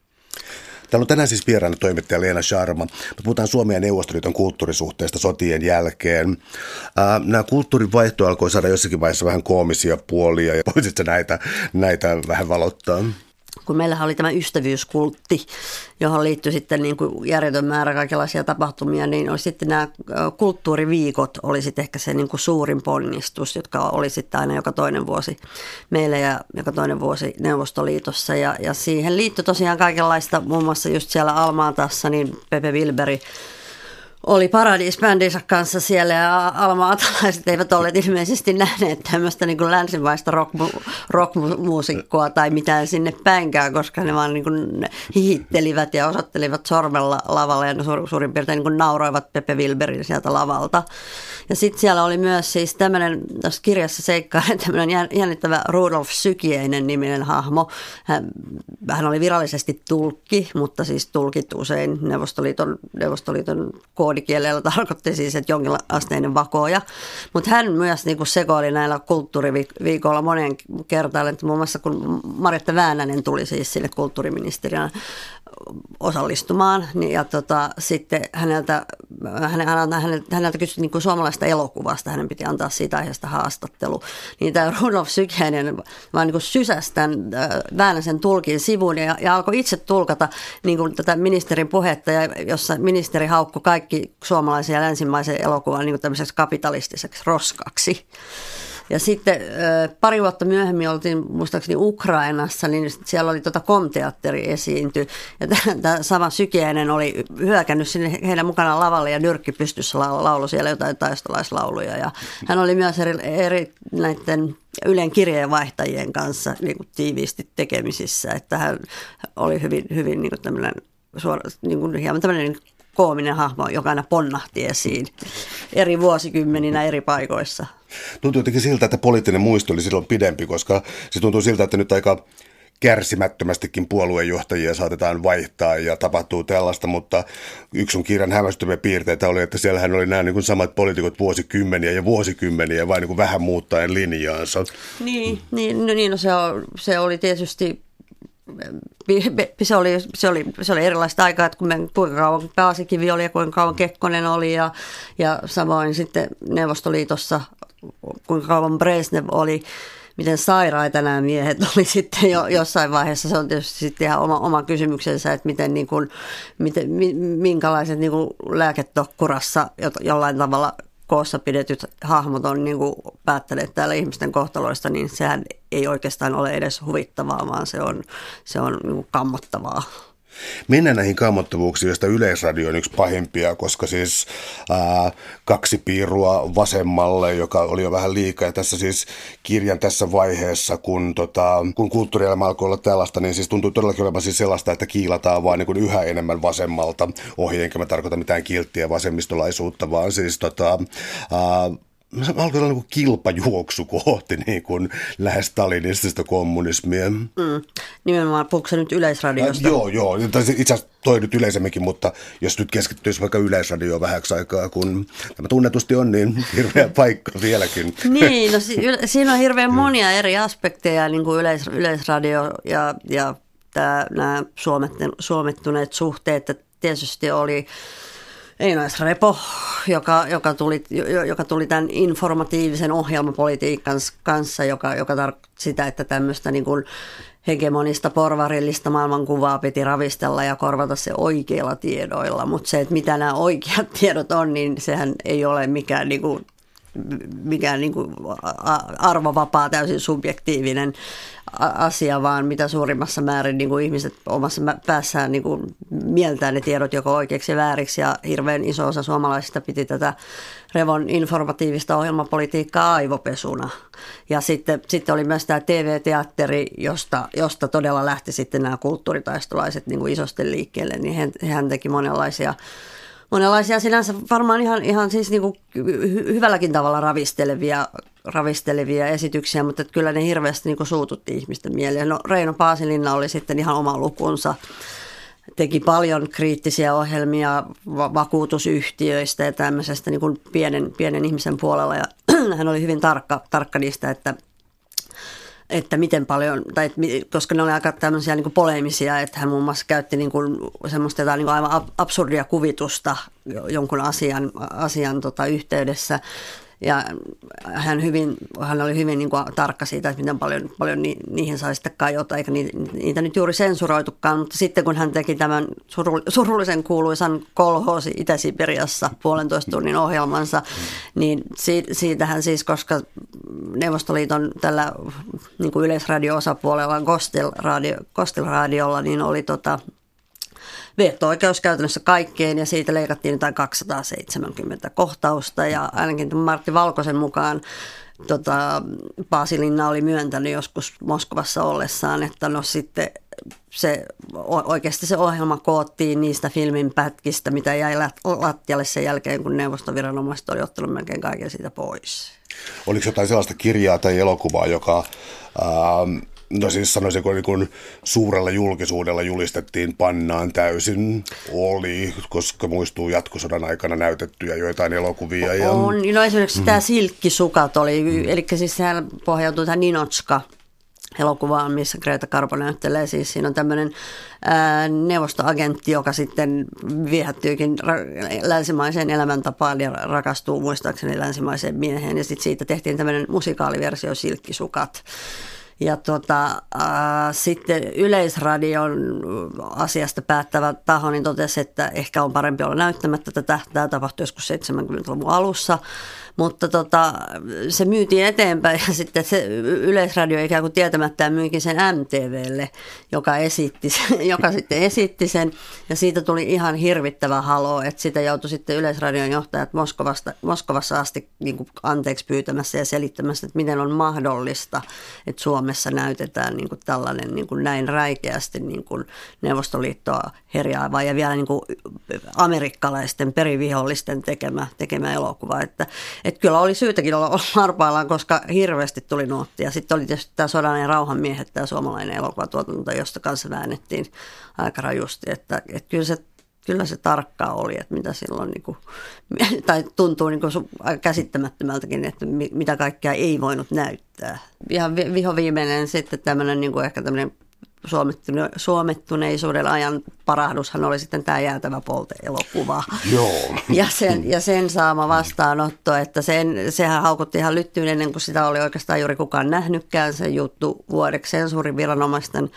Täällä on tänään siis vieraana toimittaja Leena Sharma. Me puhutaan Suomen ja Neuvostoliiton kulttuurisuhteista sotien jälkeen. Ää, nämä kulttuurin vaihto alkoi saada jossakin vaiheessa vähän koomisia puolia. Ja voisitko näitä, näitä vähän valottaa? Kun meillähän oli tämä ystävyyskultti, johon liittyi sitten niin kuin järjetön määrä kaikenlaisia tapahtumia, niin oli sitten nämä kulttuuriviikot oli sitten ehkä se niin kuin suurin ponnistus, jotka oli sitten aina joka toinen vuosi meillä ja joka toinen vuosi Neuvostoliitossa. Ja, ja siihen liittyi tosiaan kaikenlaista, muun muassa just siellä Almaatassa, niin Pepe Wilberi oli Paradis-bändinsä kanssa siellä ja alma-atalaiset eivät olleet ilmeisesti nähneet tämmöistä niin kuin länsimaista rock- rockmuusikkoa tai mitään sinne päinkään, koska ne vaan niin kuin hihittelivät ja osoittelivat sormella lavalla ja ne suurin piirtein niin kuin nauroivat Pepe Wilberin sieltä lavalta. Ja sitten siellä oli myös siis tämmöinen, tässä kirjassa seikkailee tämmöinen jännittävä Rudolf Sykjäinen niminen hahmo. Hän, hän oli virallisesti tulkki, mutta siis tulkit usein Neuvostoliiton, Neuvostoliiton koodikielellä tarkoitti siis, että jonkinasteinen vakoja. Mutta hän myös niin kuin sekoili näillä kulttuuriviikoilla monen kertaan, että muun muassa kun Marjatta Väänänen tuli siis sinne kulttuuriministeriön osallistumaan. Ja tota, sitten häneltä, häneltä, häneltä kysyttiin niin kuin suomalaista elokuvasta, hänen piti antaa siitä aiheesta haastattelu. Niin tämä Rudolf Sykjäinen vaan niin kuin sysäsi tämän Väänäsen tulkin sivuun ja, ja alkoi itse tulkata niin kuin tätä ministerin puhetta, ja jossa ministeri haukkui kaikki suomalaisen ja länsimaisen elokuvan niin kuin tämmöiseksi kapitalistiseksi roskaksi. Ja sitten pari vuotta myöhemmin oltiin muistaakseni Ukrainassa, niin siellä oli tuota Kom-teatteri esiintyi. Ja tämä sama Sykjäinen oli hyökännyt sinne heidän mukanaan lavalle ja nyrkki pystyssä laulu siellä jotain taistolaislauluja. Ja hän oli myös eri, eri näiden Ylen kirjeenvaihtajien kanssa niin kuin tiiviisti tekemisissä. Että hän oli hyvin, hyvin niin kuin tämmöinen, suora, niin kuin hieman tämmöinen koominen hahmo, joka aina ponnahti esiin eri vuosikymmeninä eri paikoissa. Tuntuu jotenkin siltä, että poliittinen muisto oli silloin pidempi, koska se tuntuu siltä, että nyt aika kärsimättömästikin puoluejohtajia saatetaan vaihtaa ja tapahtuu tällaista, mutta yksi sun kirjan hämmästyttäviä piirteitä oli, että siellähän oli nämä niin kuin samat poliitikot vuosikymmeniä ja vuosikymmeniä, vain niin kuin vähän muuttaen linjaansa. Niin, niin, no, niin no se, se oli tietysti... Se oli, se, oli, se oli erilaista aikaa, että kun me, kuinka kauan Paasikivi oli ja kuinka kauan Kekkonen oli ja, ja samoin sitten Neuvostoliitossa, kuinka kauan Brezhnev oli, miten sairaita nämä miehet oli sitten jo jossain vaiheessa. Se on tietysti sitten ihan oma, oma kysymyksensä, että miten, niin kuin, miten, minkälaiset niin kuin lääketokkurassa jollain tavalla koossa pidetyt hahmot on niin kuin päättäneet täällä ihmisten kohtaloista, niin sehän ei oikeastaan ole edes huvittavaa, vaan se on, se on niin kuin kammottavaa. Mennään näihin kammottavuuksiin, joista Yleisradio on yksi pahimpia, koska siis ää, kaksi piirua vasemmalle, joka oli jo vähän liikaa. Ja tässä siis kirjan tässä vaiheessa, kun, tota, kun kulttuurielämä alkoi olla tällaista, niin siis tuntuu todellakin olevan siis sellaista, että kiilataan vaan niin kuin yhä enemmän vasemmalta ohi, enkä mä tarkoita mitään kilttiä vasemmistolaisuutta, vaan siis tota... Ää, se alkoi olla niin kuin kilpajuoksu kohti niin kuin lähes stalinistista kommunismia. Mm. Nimenomaan puhuuko se nyt Yleisradiosta? Äh, joo, joo. Itse asiassa toi nyt yleisemminkin, mutta jos nyt keskittyisi vaikka Yleisradioon vähäksi aikaa, kun tämä tunnetusti on, niin hirveä paikka vieläkin. Niin, no siinä on hirveän monia eri aspekteja, niin kuin yleis, Yleisradio ja, ja tämä, nämä suomettuneet suhteet. Että tietysti oli Einas Repo, joka, joka, tuli, joka tuli tämän informatiivisen ohjelmapolitiikan kanssa, joka, joka tarkoitti sitä, että tämmöistä niin kuin hegemonista porvarillista maailmankuvaa piti ravistella ja korvata se oikeilla tiedoilla. Mutta se, että mitä nämä oikeat tiedot on, niin sehän ei ole mikään niin kuin mikään niin kuin arvovapaa, täysin subjektiivinen asia, vaan mitä suurimmassa määrin niin kuin ihmiset omassa päässään niin kuin mieltää ne tiedot joko oikeiksi ja vääriksi, ja hirveän iso osa suomalaisista piti tätä Revon informatiivista ohjelmapolitiikkaa aivopesuna. Ja sitten, sitten oli myös tämä T V-teatteri, josta, josta todella lähti sitten nämä kulttuuritaistolaiset niin kuin isosten liikkeelle, niin hän, hän teki monenlaisia Monenlaisia sinänsä varmaan ihan, ihan siis niin kuin hyvälläkin tavalla ravistelevia, ravistelevia esityksiä, mutta kyllä ne hirveästi niin kuin suututti ihmisten mieleen. No, Reino Paasilinna oli sitten ihan oma lukunsa. Teki paljon kriittisiä ohjelmia vakuutusyhtiöistä ja tämmöisestä niin kuin pienen, pienen ihmisen puolella. Ja hän oli hyvin tarkka, tarkka niistä, että että miten paljon, tai koska ne oli aika tämmöisiä niin kuin poleemisia, että hän muun muassa käytti niin kuin semmoista jotain niin kuin aivan absurdia kuvitusta jonkun asian, asian tota, yhteydessä. Ja hän, hyvin, hän oli hyvin niin kuin tarkka siitä, että miten paljon, paljon ni, niihin sai sitten kajota, eikä niitä, niitä nyt juuri sensuroitukaan. Mutta sitten kun hän teki tämän surullisen kuuluisan kolhoosi Itä-Siberiassa puolentoista tunnin ohjelmansa, niin siitähän siis, koska Neuvostoliiton tällä niin kuin yleisradio-osapuolella Kostel-radio, Kostel-radiolla, niin oli tota veto-oikeus käytännössä kaikkeen, ja siitä leikattiin jotain kaksisataaseitsemänkymmentä kohtausta, ja ainakin Martti Valkosen mukaan tota, Paasilinna oli myöntänyt joskus Moskovassa ollessaan, että no sitten se, oikeasti se ohjelma koottiin niistä filmin pätkistä, mitä jäi lattialle sen jälkeen, kun neuvostoviranomaiset oli ottanut melkein kaiken siitä pois. Oliko jotain sellaista kirjaa tai elokuvaa, joka... Ähm, No siis sanoisinko niin kuin suurella julkisuudella julistettiin pannaan täysin, oli, koska muistuu jatkosodan aikana näytettyjä joitain elokuvia. Ja... On, no esimerkiksi mm. tämä Silkkisukat oli, eli siis sehän pohjautui tähän Ninotska elokuvaan, missä Greta Garbo näyttelee. Siis siinä on tämmöinen ää, neuvostoagentti, joka sitten viehättyykin ra- länsimaiseen elämäntapaan ja rakastuu muistaakseni länsimaiseen mieheen. Ja sitten siitä tehtiin tämmöinen musikaaliversio Silkkisukat. Ja tota, äh, sitten Yleisradion asiasta päättävä taho niin totesi, että ehkä on parempi olla näyttämättä tätä. Tämä tapahtui joskus seitsemänkymmentäluvun alussa. Mutta tota, se myytiin eteenpäin ja sitten se Yleisradio ikään kuin tietämättään myykin sen M T V:lle, joka, esitti sen, joka sitten esitti sen. Ja siitä tuli ihan hirvittävä halo, että sitä joutui sitten Yleisradion johtajat Moskovasta, Moskovassa asti niin kuin anteeksi pyytämässä ja selittämässä, että miten on mahdollista, että Suomessa näytetään niin kuin tällainen niin kuin näin räikeästi niin kuin Neuvostoliittoa herjaava ja vielä niin kuin amerikkalaisten perivihollisten tekemä, tekemä elokuva, että Että kyllä oli syytäkin olla varpaillaan, koska hirveästi tuli nuottia. Sitten oli tietysti tämä Sodan ja rauhan miehet, tämä suomalainen elokuvatuotanto, josta kanssa väännettiin aika rajusti. Että, että kyllä, se, kyllä se tarkkaa oli, että mitä silloin, niin kuin, tai tuntuu niin kuin aika käsittämättömältäkin, että mitä kaikkea ei voinut näyttää. Ihan vihoviimeinen sitten tämmöinen niin kuin ehkä tämmöinen suomettuneisuuden ajan parahdushan oli sitten tämä Jäätävä Polte-elokuva. Joo. Ja sen, ja sen saama vastaanotto, että sen, sehän haukutti ihan lyttyyn ennen kuin sitä oli oikeastaan juuri kukaan nähnytkään se juttu vuodeksi sensuuriviranomaisten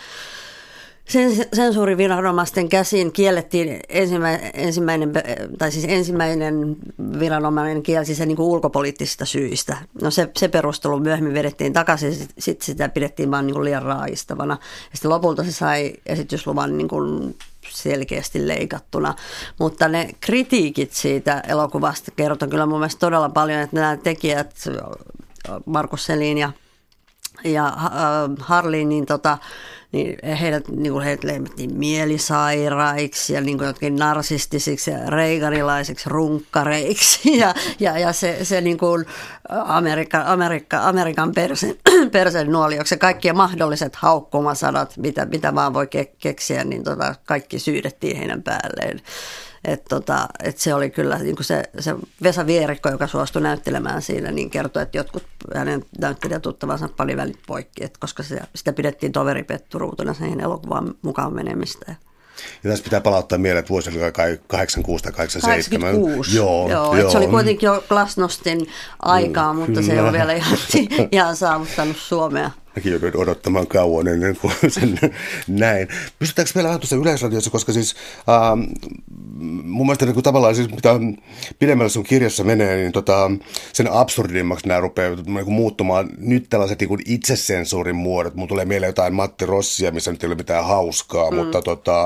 sensuuriviranomaisten käsiin kiellettiin ensimmäinen, ensimmäinen, tai siis ensimmäinen viranomainen kielsi sen niin kuin ulkopoliittisista syistä. No se, se perustelu myöhemmin vedettiin takaisin, sitten sit sitä pidettiin vaan niin kuin liian raajistavana. Ja sitten lopulta se sai esitysluvan niin kuin selkeästi leikattuna, mutta ne kritiikit siitä elokuvasta kertoo kyllä mun mielestä todella paljon, että nämä tekijät, Markus Selin ja, ja äh, Harlin, niin tota, niin heidät, niin kuin heidät leimattiin mielisairaiksi ja niin kuin jotkin narsistisiksi ja reiganilaisiksi runkkareiksi ja, ja, ja se, se niin kuin Amerikka, Amerikka, Amerikan persen, persen nuolioksi, kaikki mahdolliset haukkumasanat, mitä, mitä vaan voi ke, keksiä, niin tota, kaikki syydettiin heidän päälleen. Että tota, et se oli kyllä niin kuin se, se Vesa Vierikko, joka suostui näyttelemään siinä, niin kertoi, että jotkut hänen näyttelijätuttavansa pani välit poikki, että koska se, sitä pidettiin toveripetturuutena siihen elokuvaan mukaan menemistä. Ja tässä pitää palauttaa mieleen, että vuosi oli kai kahdeksankymmentäkuusi tai kahdeksankymmentäseitsemän. kahdeksankymmentäkuusi. Joo, joo, joo. Se oli kuitenkin jo glasnostin aikaa, mm, mutta kyllä. Se ei ole vielä ihan, ihan saavuttanut Suomea. Mäkin joudun odottamaan kauan ennen kuin sen näin. Pystytäänkö vielä vähän tuossa Yleisradiossa, koska siis ähm, mun mielestä niin kuin tavallaan siis, mitä pidemmällä sun kirjassa menee, niin tota, sen absurdimmaksi nämä rupeaa niin kuin muuttumaan nyt tällaiset niin kuin itsesensuurin muodot. Mun tulee mieleen jotain Matti Rossia, missä nyt ei ole mitään hauskaa, mm. mutta, tota,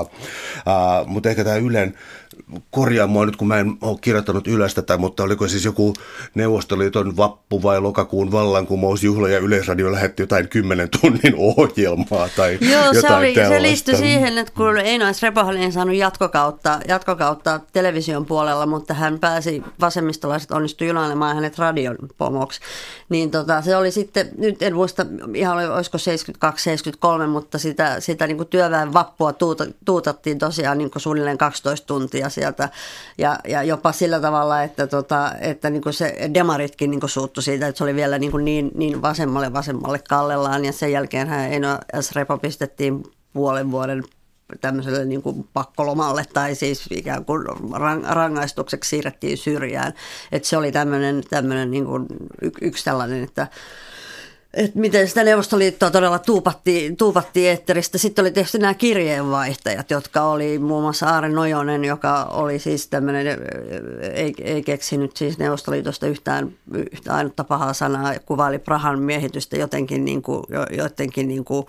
äh, mutta ehkä tämä Ylen korjaa mua nyt, kun mä en ole kirjoittanut ylös tätä, mutta oliko siis joku Neuvostoliiton vappu vai lokakuun vallankumousjuhla ja Yleisradio lähetti jotain kymmenen tunnin ohjelmaa tai Joo, jotain se, oli, tällaista. Se liittyi siihen, että kun Eino S. Repohan ei saanut jatkokautta, jatkokautta television puolella, mutta hän pääsi, vasemmistolaiset onnistui junailemaan hänet radion pomoksi, niin tota, se oli sitten, nyt en muista ihan olisiko seitsemänkymmentäkaksi seitsemänkymmentäkolme, mutta sitä, sitä niin kuin työväen vappua tuuta, tuutattiin tosiaan niin kuin suunnilleen kaksitoista tuntia sieltä ja, ja jopa sillä tavalla, että, tota, että niin kuin se demaritkin niin kuin suuttu siitä, että se oli vielä niin, kuin niin, niin vasemmalle vasemmalle kallellaan ja sen jälkeen hän Eino S. Repo pistettiin puolen vuoden tämmöiselle niin kuin pakkolomalle tai siis ikään kuin rangaistukseksi siirrettiin syrjään. Että se oli tämmöinen, tämmöinen niin kuin yksi tällainen, että että miten sitä Neuvostoliittoa todella tuupattiin, tuupattiin eetteristä. Sitten oli tietysti nämä kirjeenvaihtajat, jotka oli muun muassa Aare Nojonen, joka oli siis tämmöinen, ei, ei keksinyt siis Neuvostoliitosta yhtään, yhtään ainutta pahaa sanaa, kuvaili Prahan miehitystä jotenkin niin kuin, jotenkin niin kuin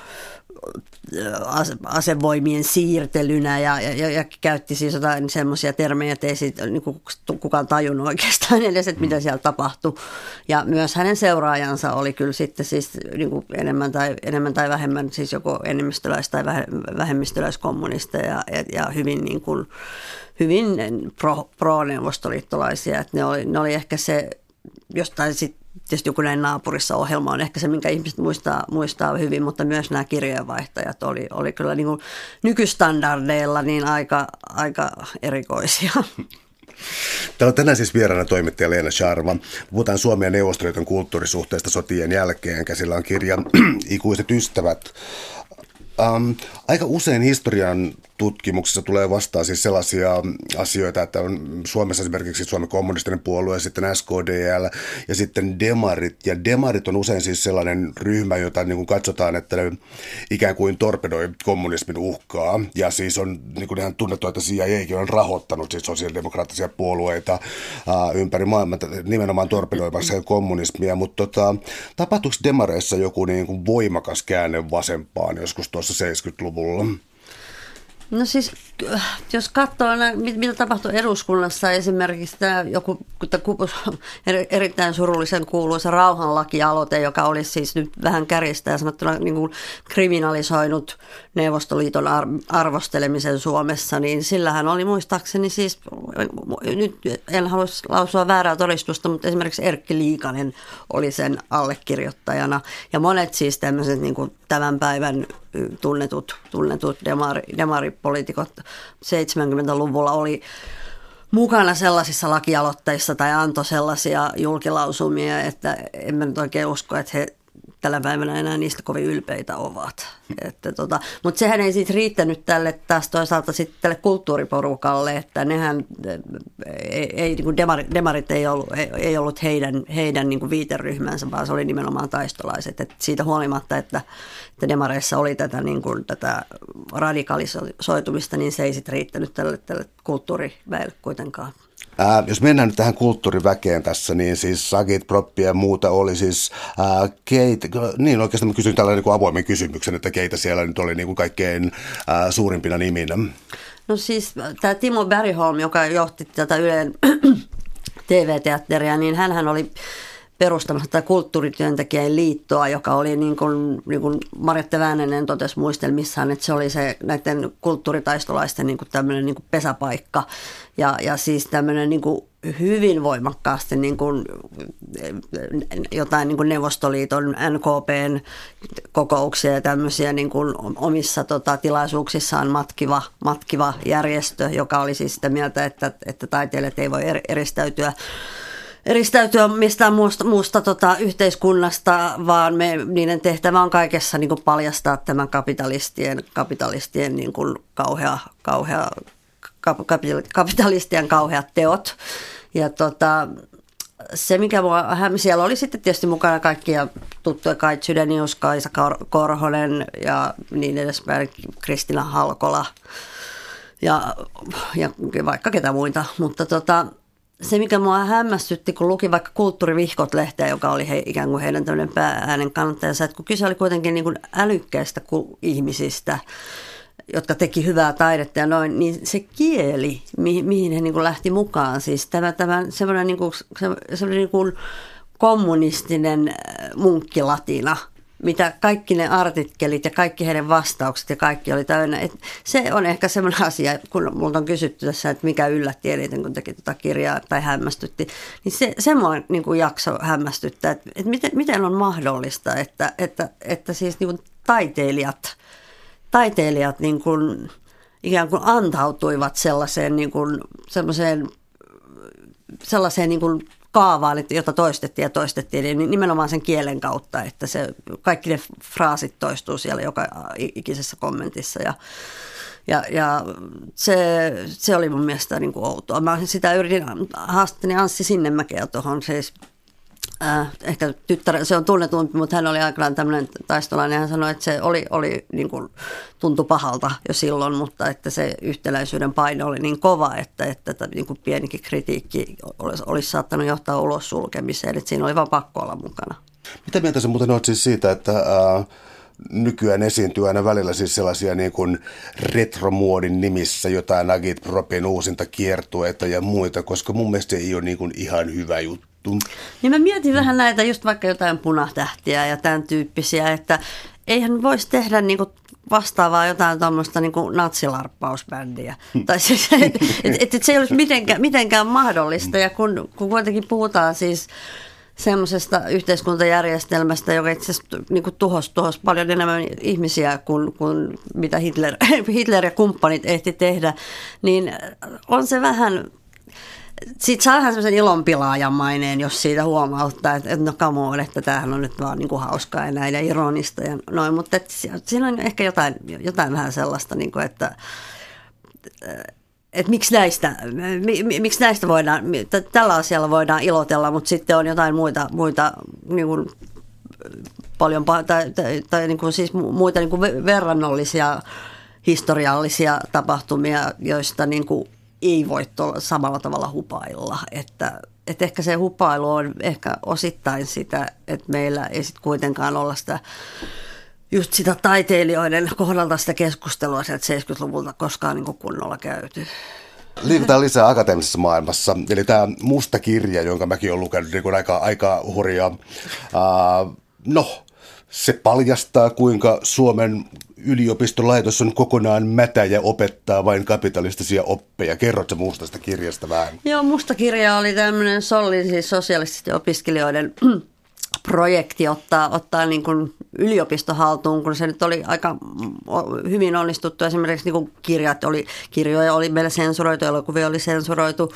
asevoimien siirtelynä ja, ja, ja käytti siis jotain semmoisia termejä, että ei siitä niin kukaan tajunnut oikeastaan edes, että mitä siellä tapahtui. Ja myös hänen seuraajansa oli kyllä sitten siis niin kuin enemmän, tai, enemmän tai vähemmän siis joko enemmistöläis- tai vähemmistöläiskommunisteja ja, ja hyvin, niin kuin, hyvin pro, pro-neuvostoliittolaisia. Että ne, oli, ne oli ehkä se jostain sitten tietysti joku näin naapurissa ohjelma on ehkä se, minkä ihmiset muistaa, muistaa hyvin, mutta myös nämä kirjeenvaihtajat oli, oli kyllä niin kuin nykystandardeilla niin aika, aika erikoisia. Täällä on tänään siis vieraana toimittaja Leena Sharma. Puhutaan Suomen ja Neuvostoliiton kulttuurisuhteesta sotien jälkeen. Käsillä on kirja Ikuiset ystävät. Um, aika usein historian tutkimuksessa tulee vastaan siis sellaisia asioita, että on Suomessa esimerkiksi Suomen kommunistinen puolue, sitten S K D L ja sitten demarit. Ja demarit on usein siis sellainen ryhmä, jota niin kuin katsotaan, että ne ikään kuin torpedoi kommunismin uhkaa. Ja siis on niin kuin ihan tunnettu, että C I A:kin on rahoittanut siis sosiaalidemokraattisia puolueita uh, ympäri maailmaa nimenomaan torpedoimassa kommunismia. Mutta tota, tapahtuiko demareissa joku niin kuin voimakas käänne vasempaan joskus tuossa seitsemänkymmentäluvulla? No siis, jos katsoo, mitä tapahtui eduskunnassa, esimerkiksi tämä joku erittäin surullisen kuuluisa rauhanlakialoite, joka oli siis nyt vähän kärjistä ja sanottuna niin kuin kriminalisoinut Neuvostoliiton arvostelemisen Suomessa, niin sillähän oli muistaakseni siis, nyt en haluaisi lausua väärää todistusta, mutta esimerkiksi Erkki Liikanen oli sen allekirjoittajana ja monet siis tämmöiset niin kuin tämän päivän tunnetut, tunnetut demari, demaripoliitikot seitsemänkymmentäluvulla oli mukana sellaisissa lakialoitteissa tai antoi sellaisia julkilausumia, että en mä nyt oikein usko, että he tällä päivänä enää niistä kovin ylpeitä ovat. Että tota, mutta sehän ei siitä riittänyt tälle taas toisaalta sitten tälle kulttuuriporukalle, että nehän ei, ei niin kuin demarit, demarit ei ollut, ei, ei ollut heidän, heidän niin kuin viiteryhmänsä, vaan se oli nimenomaan taistolaiset. Et siitä huolimatta, että, että demareissa oli tätä, niin kuin, tätä radikalisoitumista, niin se ei sitten riittänyt tälle, tälle kulttuuriväelle kuitenkaan. Ää, jos mennään nyt tähän kulttuuriväkeen tässä, niin siis Agit Proppi ja muuta oli siis ää, keitä, niin oikeastaan mä kysyin tällainen niin avoimen kysymyksen, että keitä siellä nyt oli niin kuin kaikkein ää, suurimpina niminä. No siis tämä Timo Bergholm, joka johti tätä Ylen T V-teatteria, niin hänhän oli perustamassa tätä kulttuurityöntekijän liittoa, joka oli niin kuin, niin kuin Marjatta Väänänen totesi muistelmissaan, että se oli se näiden kulttuuritaistolaisten niin kuin tämmöinen niin kuin pesäpaikka ja, ja siis tämmöinen niin kuin hyvin voimakkaasti niin kuin jotain niin kuin Neuvostoliiton N K P:n kokouksia ja tämmöisiä niin kuin omissa tota, tilaisuuksissaan matkiva, matkiva järjestö, joka oli siis sitä mieltä, että, että taiteilijat ei voi eristäytyä eristäytyä mistään muusta, muusta tota, yhteiskunnasta, vaan me, niiden tehtävä on kaikessa niin kuin paljastaa tämän kapitalistien, kapitalistien niin kuin kauhea, kauhea, kapitalistien kauheat teot. Ja tota, se, mikä mua, siellä oli sitten tietysti mukana kaikkia tuttuja, Kai Chydenius, Kaisa Korhonen ja niin edespäin, Kristina Halkola ja, ja vaikka ketä muita, mutta tota, se, mikä mua hämmästytti, kun luki vaikka Kulttuurivihkot-lehteä, joka oli he, ikään kuin heidän tämmöinen päääänen kannattajansa, että kun kyse oli kuitenkin niin kuin älykkäistä ihmisistä, jotka teki hyvää taidetta ja noin, niin se kieli, mihin, mihin he niin kuin lähti mukaan, siis tämä, tämä semmoinen, niin kuin, semmoinen niin kuin kommunistinen munkkilatina, mitä kaikki ne artikkelit ja kaikki heidän vastaukset ja kaikki oli täynnä. Et se on ehkä semmoinen asia, kun minulta on kysytty tässä, että mikä yllätti eniten, kun teki tuota kirjaa tai hämmästytti, niin se semmoinen niin kuin jakso hämmästyttää, että, että miten, miten on mahdollista, että, että, että siis niin kuin taiteilijat, taiteilijat niin kuin ikään kuin antautuivat sellaiseen, niin kuin, sellaiseen, sellaiseen niin kuin kaavaan, jota toistettiin ja toistettiin, niin nimenomaan sen kielen kautta, että se, kaikki ne fraasit toistuu siellä joka ikisessä kommentissa ja, ja, ja se, se oli mun mielestä niin kuin outoa. Mä sitä yritin, haastattelin Anssi Sinnemäkeä tuohon, siis äh, ehkä tyttärä, se on tunnetumpi, mutta hän oli aikanaan tämmöinen taistolainen ja hän sanoi, että se oli, oli niin kuin, tuntui pahalta jo silloin, mutta että se yhtäläisyyden paine oli niin kova, että, että, että niin kuin pienikin kritiikki olisi, olisi saattanut johtaa ulos sulkemiseen, että siinä oli vaan pakko olla mukana. Mitä mieltä sä muuten olet siis siitä, että äh, nykyään esiintyy aina välillä siis sellaisia niin kuin retromuodin nimissä jotain Agit Propin uusinta kiertueita ja muita, koska mun mielestä se ei ole niin kuin ihan hyvä juttu. Niin mä mietin vähän näitä just vaikka jotain punatähtiä ja tämän tyyppisiä, että eihän voisi tehdä niin kuin vastaavaa jotain tuommoista niin kuin natsilarppausbändiä. Tai siis, että et, et se ei olisi mitenkään, mitenkään mahdollista ja kun, kun kuitenkin puhutaan siis semmoisesta yhteiskuntajärjestelmästä, joka itse asiassa niin kuin tuhosi, tuhosi paljon enemmän ihmisiä kuin, kuin mitä Hitler, Hitler ja kumppanit ehti tehdä, niin on se vähän, sitten saahan semmoisen ilonpilaajan maineen, jos siitä huomauttaa, että no come on, että tämähän on nyt vaan niin kuin hauskaa ja näin ja ironista ja noin, mutta että siinä on ehkä jotain, jotain vähän sellaista, niin kuin, että että miksi näistä, miksi näistä voidaan, tällä asialla voidaan ilotella, mutta sitten on jotain muita, muita niin kuin paljon, tai, tai, tai niin kuin siis muita niin kuin verrannollisia historiallisia tapahtumia, joista niin kuin ei voi samalla tavalla hupailla. Että, että ehkä se hupailu on ehkä osittain sitä, että meillä ei sitten kuitenkaan olla sitä just sitä taiteilijoiden kohdalta sitä keskustelua sieltä seitsemänkymmentäluvulta koskaan niin kuin kunnolla käyty. Liikutaan lisää akateemisessa maailmassa. Eli tämä musta kirja, jonka mäkin olen lukenut, niin aika, aika hurjaa. Uh, no, se paljastaa, kuinka Suomen yliopistolaitos on kokonaan mätä ja opettaa vain kapitalistisia oppeja. Kerrotko mustasta kirjasta vähän? Joo, musta kirja oli tämmöinen Sollin, siis sosiaalisten opiskelijoiden projekti ottaa, ottaa niin kuin yliopisto haltuun, kun se nyt oli aika hyvin onnistuttu. Esimerkiksi niin kuin kirjat oli, kirjoja oli meillä sensuroitu, elokuvia oli sensuroitu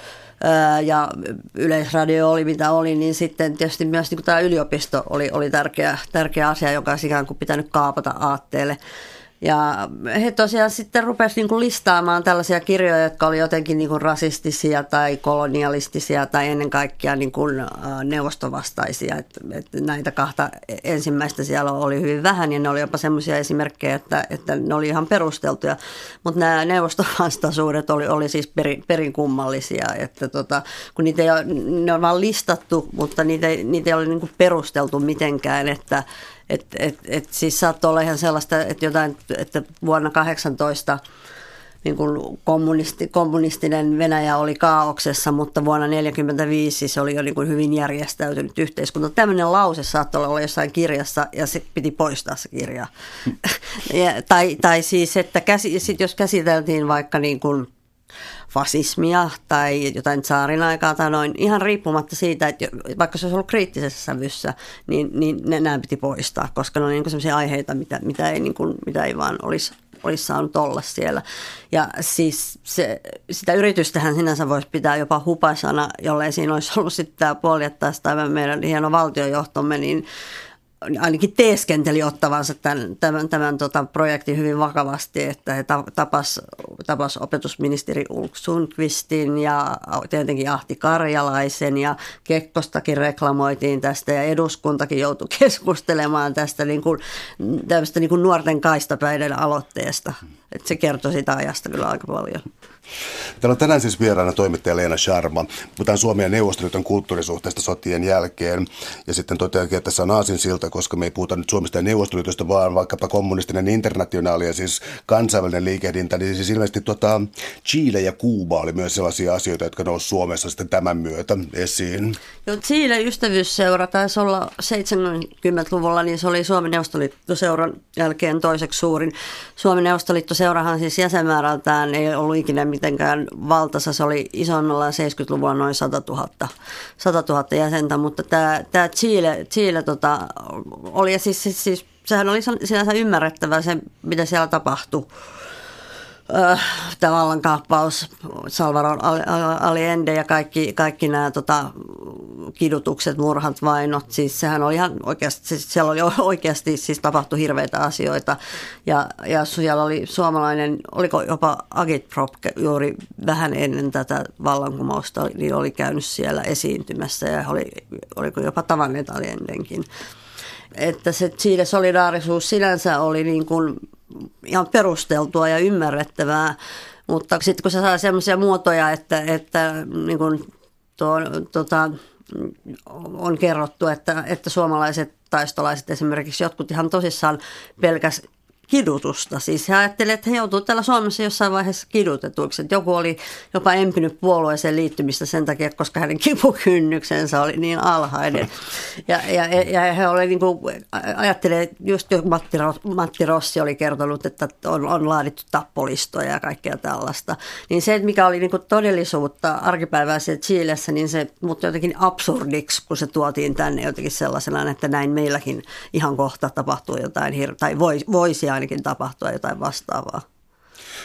ja Yleisradio oli mitä oli, niin sitten tietysti myös niin kuin tämä yliopisto oli, oli tärkeä, tärkeä asia, joka olisi ikään kuin pitänyt kaapata aatteelle. Ja he tosiaan sitten rupesivat niin kuin listaamaan tällaisia kirjoja, jotka oli jotenkin niin kuin rasistisia tai kolonialistisia tai ennen kaikkea niin kuin neuvostovastaisia. Että, että näitä kahta ensimmäistä siellä oli hyvin vähän ja ne oli jopa semmoisia esimerkkejä, että, että ne oli ihan perusteltuja. Mutta nämä neuvostovastaisuudet oli, oli siis perin, perin kummallisia, että tota, kun niitä ei ole, ne on vaan listattu, mutta niitä ei, niitä ei ole niin kuin perusteltu mitenkään, että Että et, et siis saattoi olla ihan sellaista, että, jotain, että vuonna kahdeksantoista niin kuin kommunisti, kommunistinen Venäjä oli kaauksessa, mutta vuonna tuhatyhdeksänsataaneljäkymmentäviisi se oli jo niin kuin hyvin järjestäytynyt yhteiskunta. Tämmöinen lause saattoi olla jossain kirjassa ja se piti poistaa se kirja. ja, tai, tai siis, että käsi, sit jos käsiteltiin vaikka niin kuin fasismia tai jotain tsaarin aikaa tai noin, ihan riippumatta siitä, että vaikka se olisi ollut kriittisessä sävyssä, niin, niin ne, nämä piti poistaa, koska ne on niin sellaisia aiheita, mitä, mitä, ei, niin kuin, mitä ei vaan olisi, olisi saanut olla siellä. Ja siis se, sitä yritystähän sinänsä voisi pitää jopa hupasana, jollei siinä olisi ollut sitten tämä puolittaisi tai meidän hieno valtiojohtomme, niin ainakin teeskenteli ottavansa tämän, tämän, tämän tota projektin hyvin vakavasti, että he tapas, tapas opetusministeri Ulf Sundqvistin ja tietenkin Ahti Karjalaisen ja Kekkostakin reklamoitiin tästä ja eduskuntakin joutui keskustelemaan tästä niin kuin, tämmöistä niin kuin nuorten kaistapäiden aloitteesta. Että se kertoi sitä ajasta kyllä aika paljon. Täällä on tänään siis vieraana toimittaja Leena Sharma. Puhutaan Suomen ja Neuvostoliiton kulttuurisuhteesta sotien jälkeen. Ja sitten toteakin, että tässä on aasinsilta, koska me ei puhuta nyt Suomesta ja Neuvostoliitosta, vaan vaikkapa kommunistinen internationaali ja siis kansainvälinen liikehdintä. Niin siis ilmeisesti tota, Chile ja Kuuba oli myös sellaisia asioita, jotka nousivat Suomessa sitten tämän myötä esiin. Joo, Chilen ystävyysseura taisi olla seitsemänkymmentäluvulla, niin se oli Suomen Neuvostoliittoseuran jälkeen toiseksi suurin. Suomen Neuvostoliittoseurahan siis jäsenmäärältään ei ollut ikinä mitenkään valtassa. Se oli isoimmillaan seitsemänkymmentäluvulla noin sata tuhatta jäsentä, mutta tämä, tämä Chile, Chile tota, oli, ja siis, siis, siis sehän oli sinänsä ymmärrettävää se, mitä siellä tapahtui. Tämä vallankaappaus, Salvador Allende ja kaikki, kaikki nämä tota, kidutukset, murhat, vainot, siis sehän oli ihan oikeasti, siis siellä oli oikeasti siis tapahtui hirveitä asioita ja, ja siellä oli suomalainen, oliko jopa Agitprop juuri vähän ennen tätä vallankumousta, niin oli käynyt siellä esiintymässä ja oli, oliko jopa tavanneet Allendenkin. Että se Chile-solidaarisuus sinänsä oli niin kuin ihan perusteltua ja ymmärrettävää, mutta sitten kun se saa sellaisia muotoja, että, että niin kuin tuo, tuota, on kerrottu, että, että suomalaiset taistolaiset esimerkiksi jotkut ihan tosissaan pelkäs kidutusta. Siis he ajattelivat, että he joutuivat täällä Suomessa jossain vaiheessa kidutetuiksi. Että joku oli jopa empinyt puolueeseen liittymistä sen takia, koska hänen kipukynnyksensä oli niin alhainen. Ja, ja, ja he oli niin kuin, ajattelevat, just Matti, Matti Rossi oli kertonut, että on, on laadittu tappolistoja ja kaikkea tällaista. Niin se, mikä oli niin kuin todellisuutta arkipäivää siellä Chilessä, niin se muuttui jotenkin absurdiksi, kun se tuotiin tänne jotenkin sellaisena, että näin meilläkin ihan kohta tapahtuu jotain, tai voisi ainakin tapahtua jotain vastaavaa.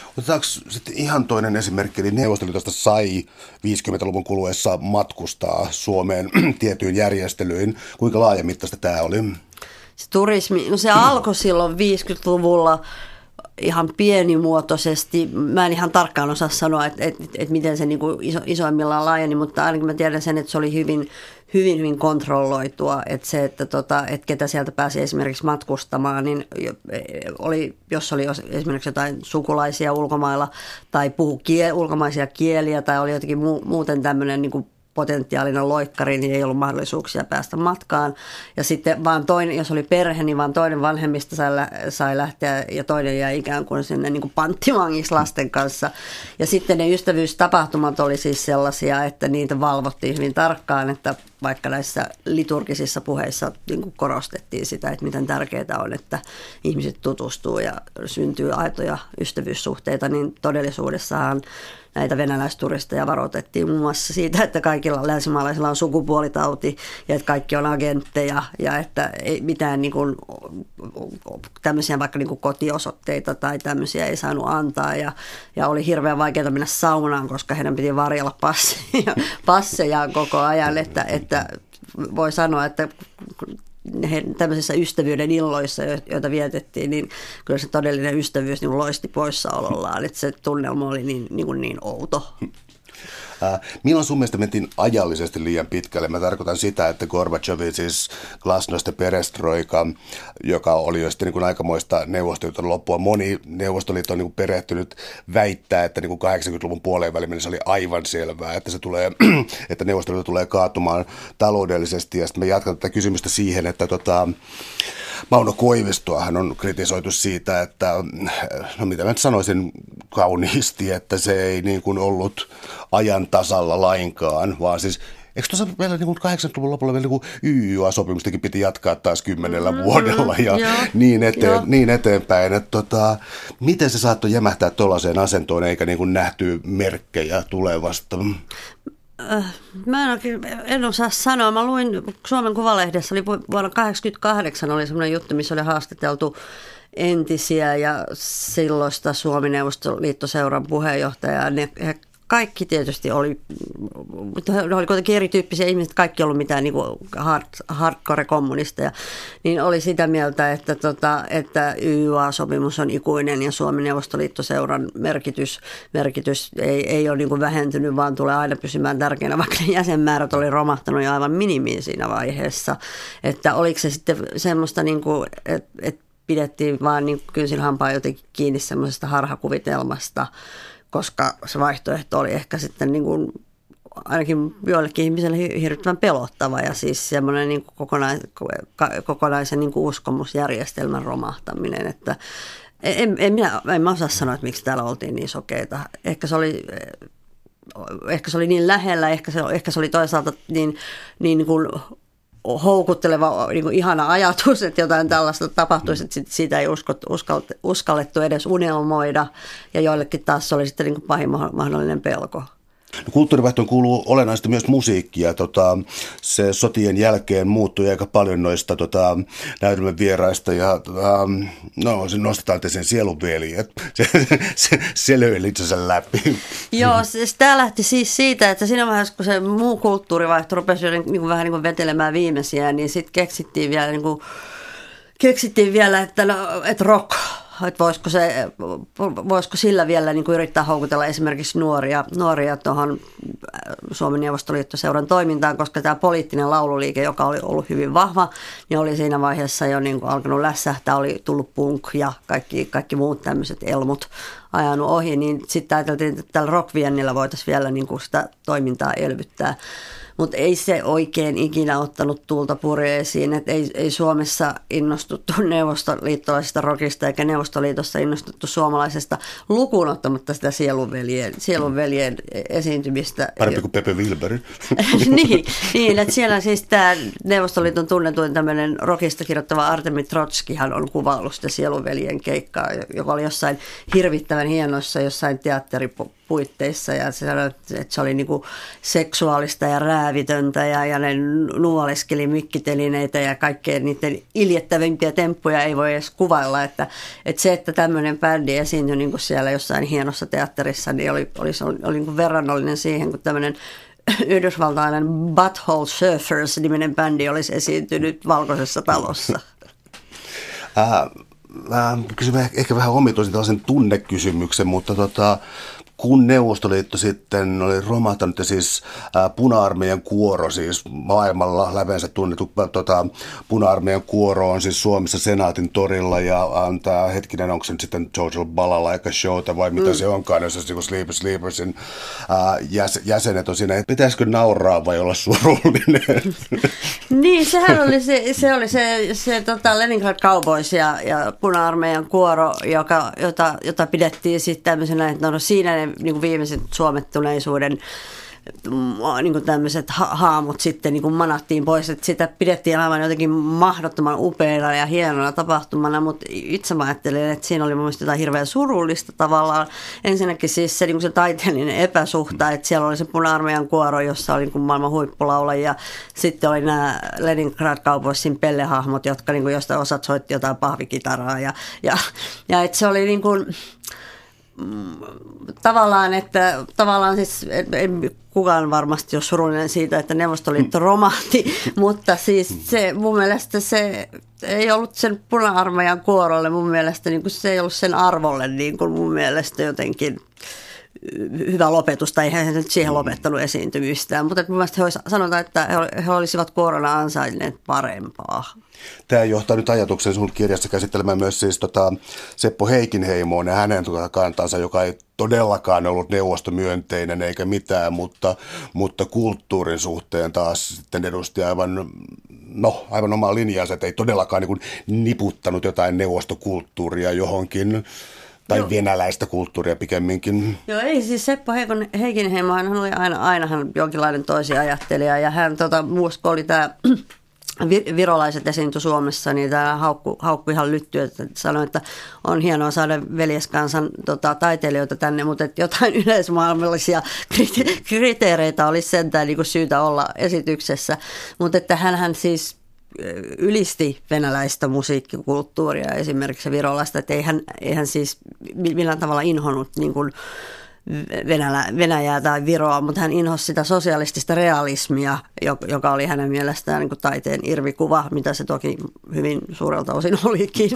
Otetaanko sitten ihan toinen esimerkki, eli Neuvostoliitosta sai viisikymmentäluvun kuluessa matkustaa Suomeen tiettyyn järjestelyihin. Kuinka laajamittaista tämä oli? Se turismi, no se alkoi silloin viisikymmentäluvulla ihan pienimuotoisesti. Mä en ihan tarkkaan osaa sanoa, että, että, että miten se niin kuin iso, isoimmillaan laajeni, mutta ainakin mä tiedän sen, että se oli hyvin, hyvin, hyvin kontrolloitua. Että se, että, tota, että ketä sieltä pääsi esimerkiksi matkustamaan, niin oli, jos oli esimerkiksi jotain sukulaisia ulkomailla tai puhu kie, ulkomaisia kieliä tai oli jotenkin mu, muuten tämmöinen niin kuin potentiaalinen loikkari, niin ei ollut mahdollisuuksia päästä matkaan. Ja sitten vaan toinen, jos oli perhe, niin vaan toinen vanhemmista sai, sai lähteä ja toinen jäi ikään kuin sinne niin kuin panttivangiksi lasten kanssa. Ja sitten ne ystävyystapahtumat oli siis sellaisia, että niitä valvottiin hyvin tarkkaan, että vaikka näissä liturgisissa puheissa niin kuin korostettiin sitä, että miten tärkeää on, että ihmiset tutustuu ja syntyy aitoja ystävyyssuhteita, niin todellisuudessahan näitä venäläisturisteja varoitettiin muun muassa siitä, että kaikilla länsimaalaisilla on sukupuolitauti ja että kaikki on agentteja ja että ei mitään niin kuin, tämmöisiä vaikka niin kuin kotiosoitteita tai tämmöisiä ei saanut antaa ja, ja oli hirveän vaikeaa mennä saunaan, koska heidän piti varjella passeja, passejaan koko ajan, että, että voi sanoa, että he, tämmöisissä ystävyyden illoissa, joita vietettiin, niin kyllä se todellinen ystävyys niin loisti poissaolollaan, että se tunnelma oli niin, niin, niin outo. Äh, milloin sun mielestä mentiin ajallisesti liian pitkälle? Mä tarkoitan sitä, että Gorbachevin siis glasnost ja perestroika, joka oli jo sitten niin kuin aikamoista Neuvostoliiton loppua. Moni Neuvostoliitto on niin kuin perehtynyt väittää, että niin kuin kahdeksankymmentäluvun puoleen väliin se oli aivan selvää, että, se tulee, että Neuvostoliitto tulee kaatumaan taloudellisesti. Ja sitten mä jatkan tätä kysymystä siihen, että tota, Mauno Koivistoahan on kritisoitu siitä, että, no mitä mä nyt sanoisin kauniisti, että se ei niin kuin ollut ajan tasalla lainkaan, vaan siis eikö tuossa vielä niin kuin kahdeksankymmentäluvun lopulla vielä niin kuin Y Y A-sopimustakin piti jatkaa taas kymmenellä mm-hmm, vuodella ja joo, niin, eteen, niin eteenpäin. Että tota, miten se saattoi jämähtää tuollaiseen asentoon eikä niin kuin nähty merkkejä tulevasta? Mä en, en osaa sanoa. Mä luin Suomen Kuvalehdessä, oli vuonna kahdeksankymmentäkahdeksan oli semmoinen juttu, missä oli haastateltu entisiä ja silloista Suomi-Neuvostoliittoseuran puheenjohtajaa. Ne, he kaikki tietysti oli, ne oli kuitenkin erityyppisiä ihmisiä, kaikki ollut mitään niin kuin hard, hardcore-kommunisteja, niin oli sitä mieltä, että, tota, että Y Y A-sopimus on ikuinen ja Suomi-Neuvostoliittoseuran merkitys, merkitys ei, ei ole niin kuin vähentynyt, vaan tulee aina pysymään tärkeänä, vaikka ne jäsenmäärät oli romahtanut jo aivan minimiin siinä vaiheessa. Että oliko se sitten semmoista, niin kuin, että, että pidettiin vaan niin kynsilhampaa jotenkin kiinni semmoisesta harhakuvitelmasta, koska se vaihtoehto oli ehkä sitten niin kuin, ainakin joillekin ihmisille hirvittävän pelottava ja siis semmoinen niin kuin kokonais, kokonaisen niin kuin uskomusjärjestelmän romahtaminen, että en, en, minä, en mä osaa sanoa, että miksi täällä oltiin niin sokeita. Ehkä se oli, ehkä se oli niin lähellä, ehkä se, ehkä se oli toisaalta niin, niin, niin kuin houkutteleva, niin kuin ihana ajatus, että jotain tällaista tapahtuisi, että siitä ei uskallettu edes unelmoida, ja joillekin taas se oli sitten niin kuin pahin mahdollinen pelko. No, kulttuurivaihtoon kuuluu olennaisesti myös musiikkia. Tota, se sotien jälkeen muuttui aika paljon noista tota, näytelmän vieraista ja tota, no, nostetaan sen sielunveljet. Se, se, se löi itsensä läpi. Joo, siis tämä lähti siis siitä, että siinä vaiheessa, kun se muu kulttuurivaihto rupesi niin kuin vähän niin kuin vetelemään viimeisiä, niin sitten keksittiin vielä, niin kuin, keksittiin vielä että, no, että rock. Että voisiko, se, voisiko sillä vielä niin kuin yrittää houkutella esimerkiksi nuoria, nuoria tuohon Suomen Neuvostoliittoseuran toimintaan, koska tämä poliittinen laululiike, joka oli ollut hyvin vahva, niin oli siinä vaiheessa jo niin kuin alkanut lässähtää, oli tullut punk ja kaikki, kaikki muut tämmöiset elmut ajanut ohi, niin sitten ajateltiin, että tällä rockviennillä voitaisiin vielä niin kuin sitä toimintaa elvyttää. Mutta ei se oikein ikinä ottanut tuulta purjeisiin, että ei, ei Suomessa innostuttu neuvostoliittolaisesta rockista eikä Neuvostoliitossa innostuttu suomalaisesta lukuun ottamatta sitä sielunveljen, sielunveljen esiintymistä. Parempi kuin Pepe Wilberi. niin, niin, että siellä siis tämä Neuvostoliiton tunnetuin tämmöinen rockista kirjoittava Artemi Trotskihan on kuvaillut sitä sielunveljen keikkaa, joka oli jossain hirvittävän hienoissa, jossain teatteri puitteissa ja se sanoi, että se oli niin kuin seksuaalista ja räävitöntä ja, ja ne nuoleskeli mykkitelineitä ja kaikkea niiden iljettävimpiä temppuja ei voi edes kuvailla, että, että se, että tämmöinen bändi esiintyi niin kuin siellä jossain hienossa teatterissa, niin oli, oli, oli, oli niin kuin verrannollinen siihen, kun tämmöinen yhdysvaltainen Butthole Surfers-niminen bändi olisi esiintynyt Valkoisessa talossa. Äh, mä kysyn ehkä vähän omituisin tällaisen tunnekysymyksen, mutta tota, kun Neuvostoliitto sitten oli romahtanut ja siis ää, puna-armeijan kuoro, siis maailmalla läpeensä tunnettu tota, puna-armeijan kuoro on siis Suomessa Senaatin torilla ja antaa hetkinen, onko se nyt sitten George Balalaika showta vai mitä mm. se onkaan, jos se Sleepers Sleepersin ää, jäs, jäsenet on siinä, että pitäisikö nauraa vai olla surullinen? Niin, sehän oli se, se, oli se, se tota Leningrad Cowboys ja, ja puna-armeijan kuoro, joka, jota, jota pidettiin sitten tämmöisenä, että no siinä ne niin kuin viimeiset suomettuneisuuden niin kuin tämmöiset ha- haamut sitten niin kuin manattiin pois, että sitä pidettiin aivan jotenkin mahdottoman upeana ja hienona tapahtumana, mutta itse mä ajattelin, että siinä oli mun mielestä jotain hirveän surullista tavallaan. Ensinnäkin siis se, niin kuin se taiteellinen epäsuhta, että siellä oli se puna-armeijan kuoro, jossa oli niin kuin maailman huippulaulaja ja sitten oli nämä Leningrad Cowboysin pellehahmot, jotka niin kuin jostain osat soitti jotain pahvikitaraa ja, ja, ja että se oli niin kuin tavallaan, että tavallaan siis ei kukaan varmasti ole surullinen siitä, että Neuvostoliitto romahti, mutta siis se mun mielestä se ei ollut sen puna-armeijan kuorolle, mun mielestä niin kuin se ei ollut sen arvolle niin kuin mun mielestä jotenkin hyvä lopetus, tai eihän se nyt siihen lopettanut esiintymistään, mutta mun mielestä he sanotaan, että he olisivat kuorona ansainneet parempaa. Tämä johtaa nyt ajatuksen sun kirjassa käsittelemään myös siis tota Seppo Heikinheimoon ja hänen tota kantansa, joka ei todellakaan ollut neuvostomyönteinen eikä mitään, mutta, mutta kulttuurin suhteen taas sitten edusti aivan, no, aivan omaa linjaansa, että ei todellakaan niin kuin niputtanut jotain neuvostokulttuuria johonkin, tai Joo. venäläistä kulttuuria pikemminkin. Joo, ei siis Seppo Heikinheimo, hän oli aina, ainahan jonkinlainen toisiajattelija ja hän tota, muista oli tämä virolaiset esiintyi Suomessa, niin tämä haukku, haukku ihan lyttyä, että sanoi, että on hienoa saada veljeskansan tota, taiteilijoita tänne, mutta että jotain yleismaailmallisia kriteereitä olisi sentään niin kuin syytä olla esityksessä, mutta että hänhän siis ylisti venäläistä musiikkikulttuuria, esimerkiksi virolaista, että eihän, eihän siis millään tavalla inhonnut niin kuin Venäjä, Venäjää tai Viroa, mutta hän inhosi sitä sosialistista realismia, joka oli hänen mielestään niin kuin taiteen irvikuva, mitä se toki hyvin suurelta osin olikin.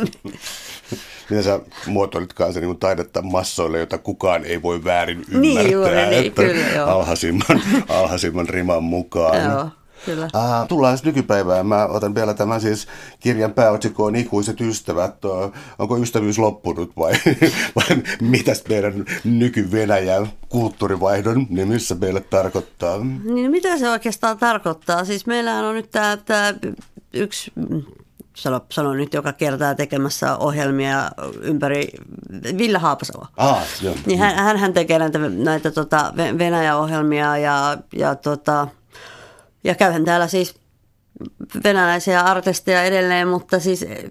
Miten sä muotoilitkaan se niin taidetta massoille, jota kukaan ei voi väärin ymmärtää, niin, juuri, niin, että kyllä, joo. alhaisimman, alhaisimman riman mukaan. Joo. Kyllä. Ah, tullaan nykypäivään. Mä otan vielä tämän siis kirjan pääotsikkoon Ikuiset ystävät. Onko ystävyys loppunut vai, vai mitäs meidän nyky-Venäjän kulttuurivaihdon nimissä meille tarkoittaa? Niin, mitä se oikeastaan tarkoittaa? Siis meillähän on nyt tämä, tämä yksi... Sano, sano nyt joka kertaa tekemässä ohjelmia ympäri Ville Haapasalo. Ah, joo. Niin hän, hän tekee näitä, näitä tota, Venäjä-ohjelmia ja, ja, tota, ja käyhän täällä siis venäläisiä artisteja edelleen, mutta siis ei,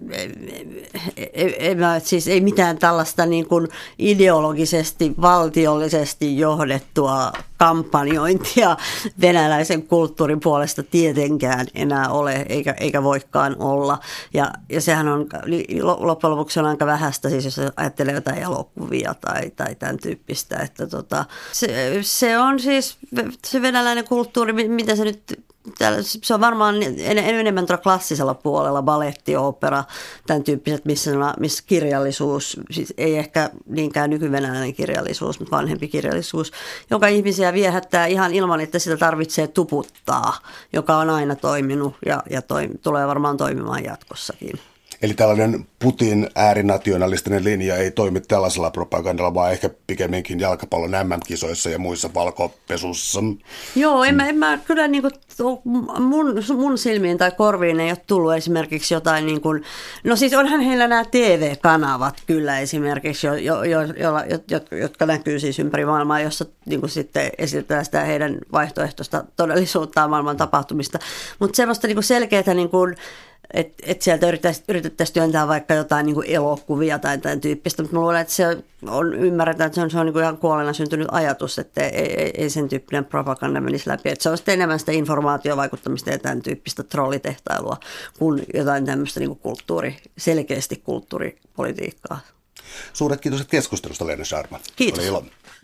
ei, ei, siis ei mitään tällaista niin kuin ideologisesti, valtiollisesti johdettua kampanjointia venäläisen kulttuurin puolesta tietenkään enää ole, eikä, eikä voikaan olla. Ja, ja sehän on loppujen lopuksi on aika vähäistä, siis jos ajattelee jotain elokuvia tai, tai tämän tyyppistä. Että tota, se, se on siis se venäläinen kulttuuri, mitä se nyt... Se on varmaan enemmän tuolla klassisella puolella, baletti, opera, tämän tyyppiset, missä, missä kirjallisuus, siis ei ehkä niinkään nykyvenäläinen kirjallisuus, mutta vanhempi kirjallisuus, joka ihmisiä viehättää ihan ilman, että sitä tarvitsee tuputtaa, joka on aina toiminut ja, ja toi, tulee varmaan toimimaan jatkossakin. Eli tällainen Putin äärinationalistinen linja ei toimi tällaisella propagandalla, vaan ehkä pikemminkin jalkapallon M M-kisoissa ja muissa valkopesussa. Joo, en mä, en mä kyllä niin kuin, mun, mun silmiin tai korviin ei ole tullut esimerkiksi jotain, niin kuin, no siis onhan heillä nämä T V-kanavat kyllä esimerkiksi, jo, jo, jo, jolla, jotka, jotka näkyy siis ympäri maailmaa, jossa niin kuin sitten esitetään sitä heidän vaihtoehtoista todellisuutta maailman tapahtumista. Mutta semmoista niin kuin selkeää niin kuin, että et sieltä yritettäisiin, yritettäisiin työntää vaikka jotain niin kuin elokuvia tai tämän tyyppistä, mutta mä luulen, että se on, ymmärretään, että se on, se on niin kuin ihan kuolleena syntynyt ajatus, että ei, ei, ei sen tyyppinen propaganda menisi läpi. Että se on sitten enemmän sitä informaatiovaikuttamista ja tämän tyyppistä trollitehtailua kuin jotain tämmöistä niin kuin kulttuuri, selkeästi kulttuuripolitiikkaa. Suuret kiitos keskustelusta, Leena Sharma. Kiitos. Oli ilo.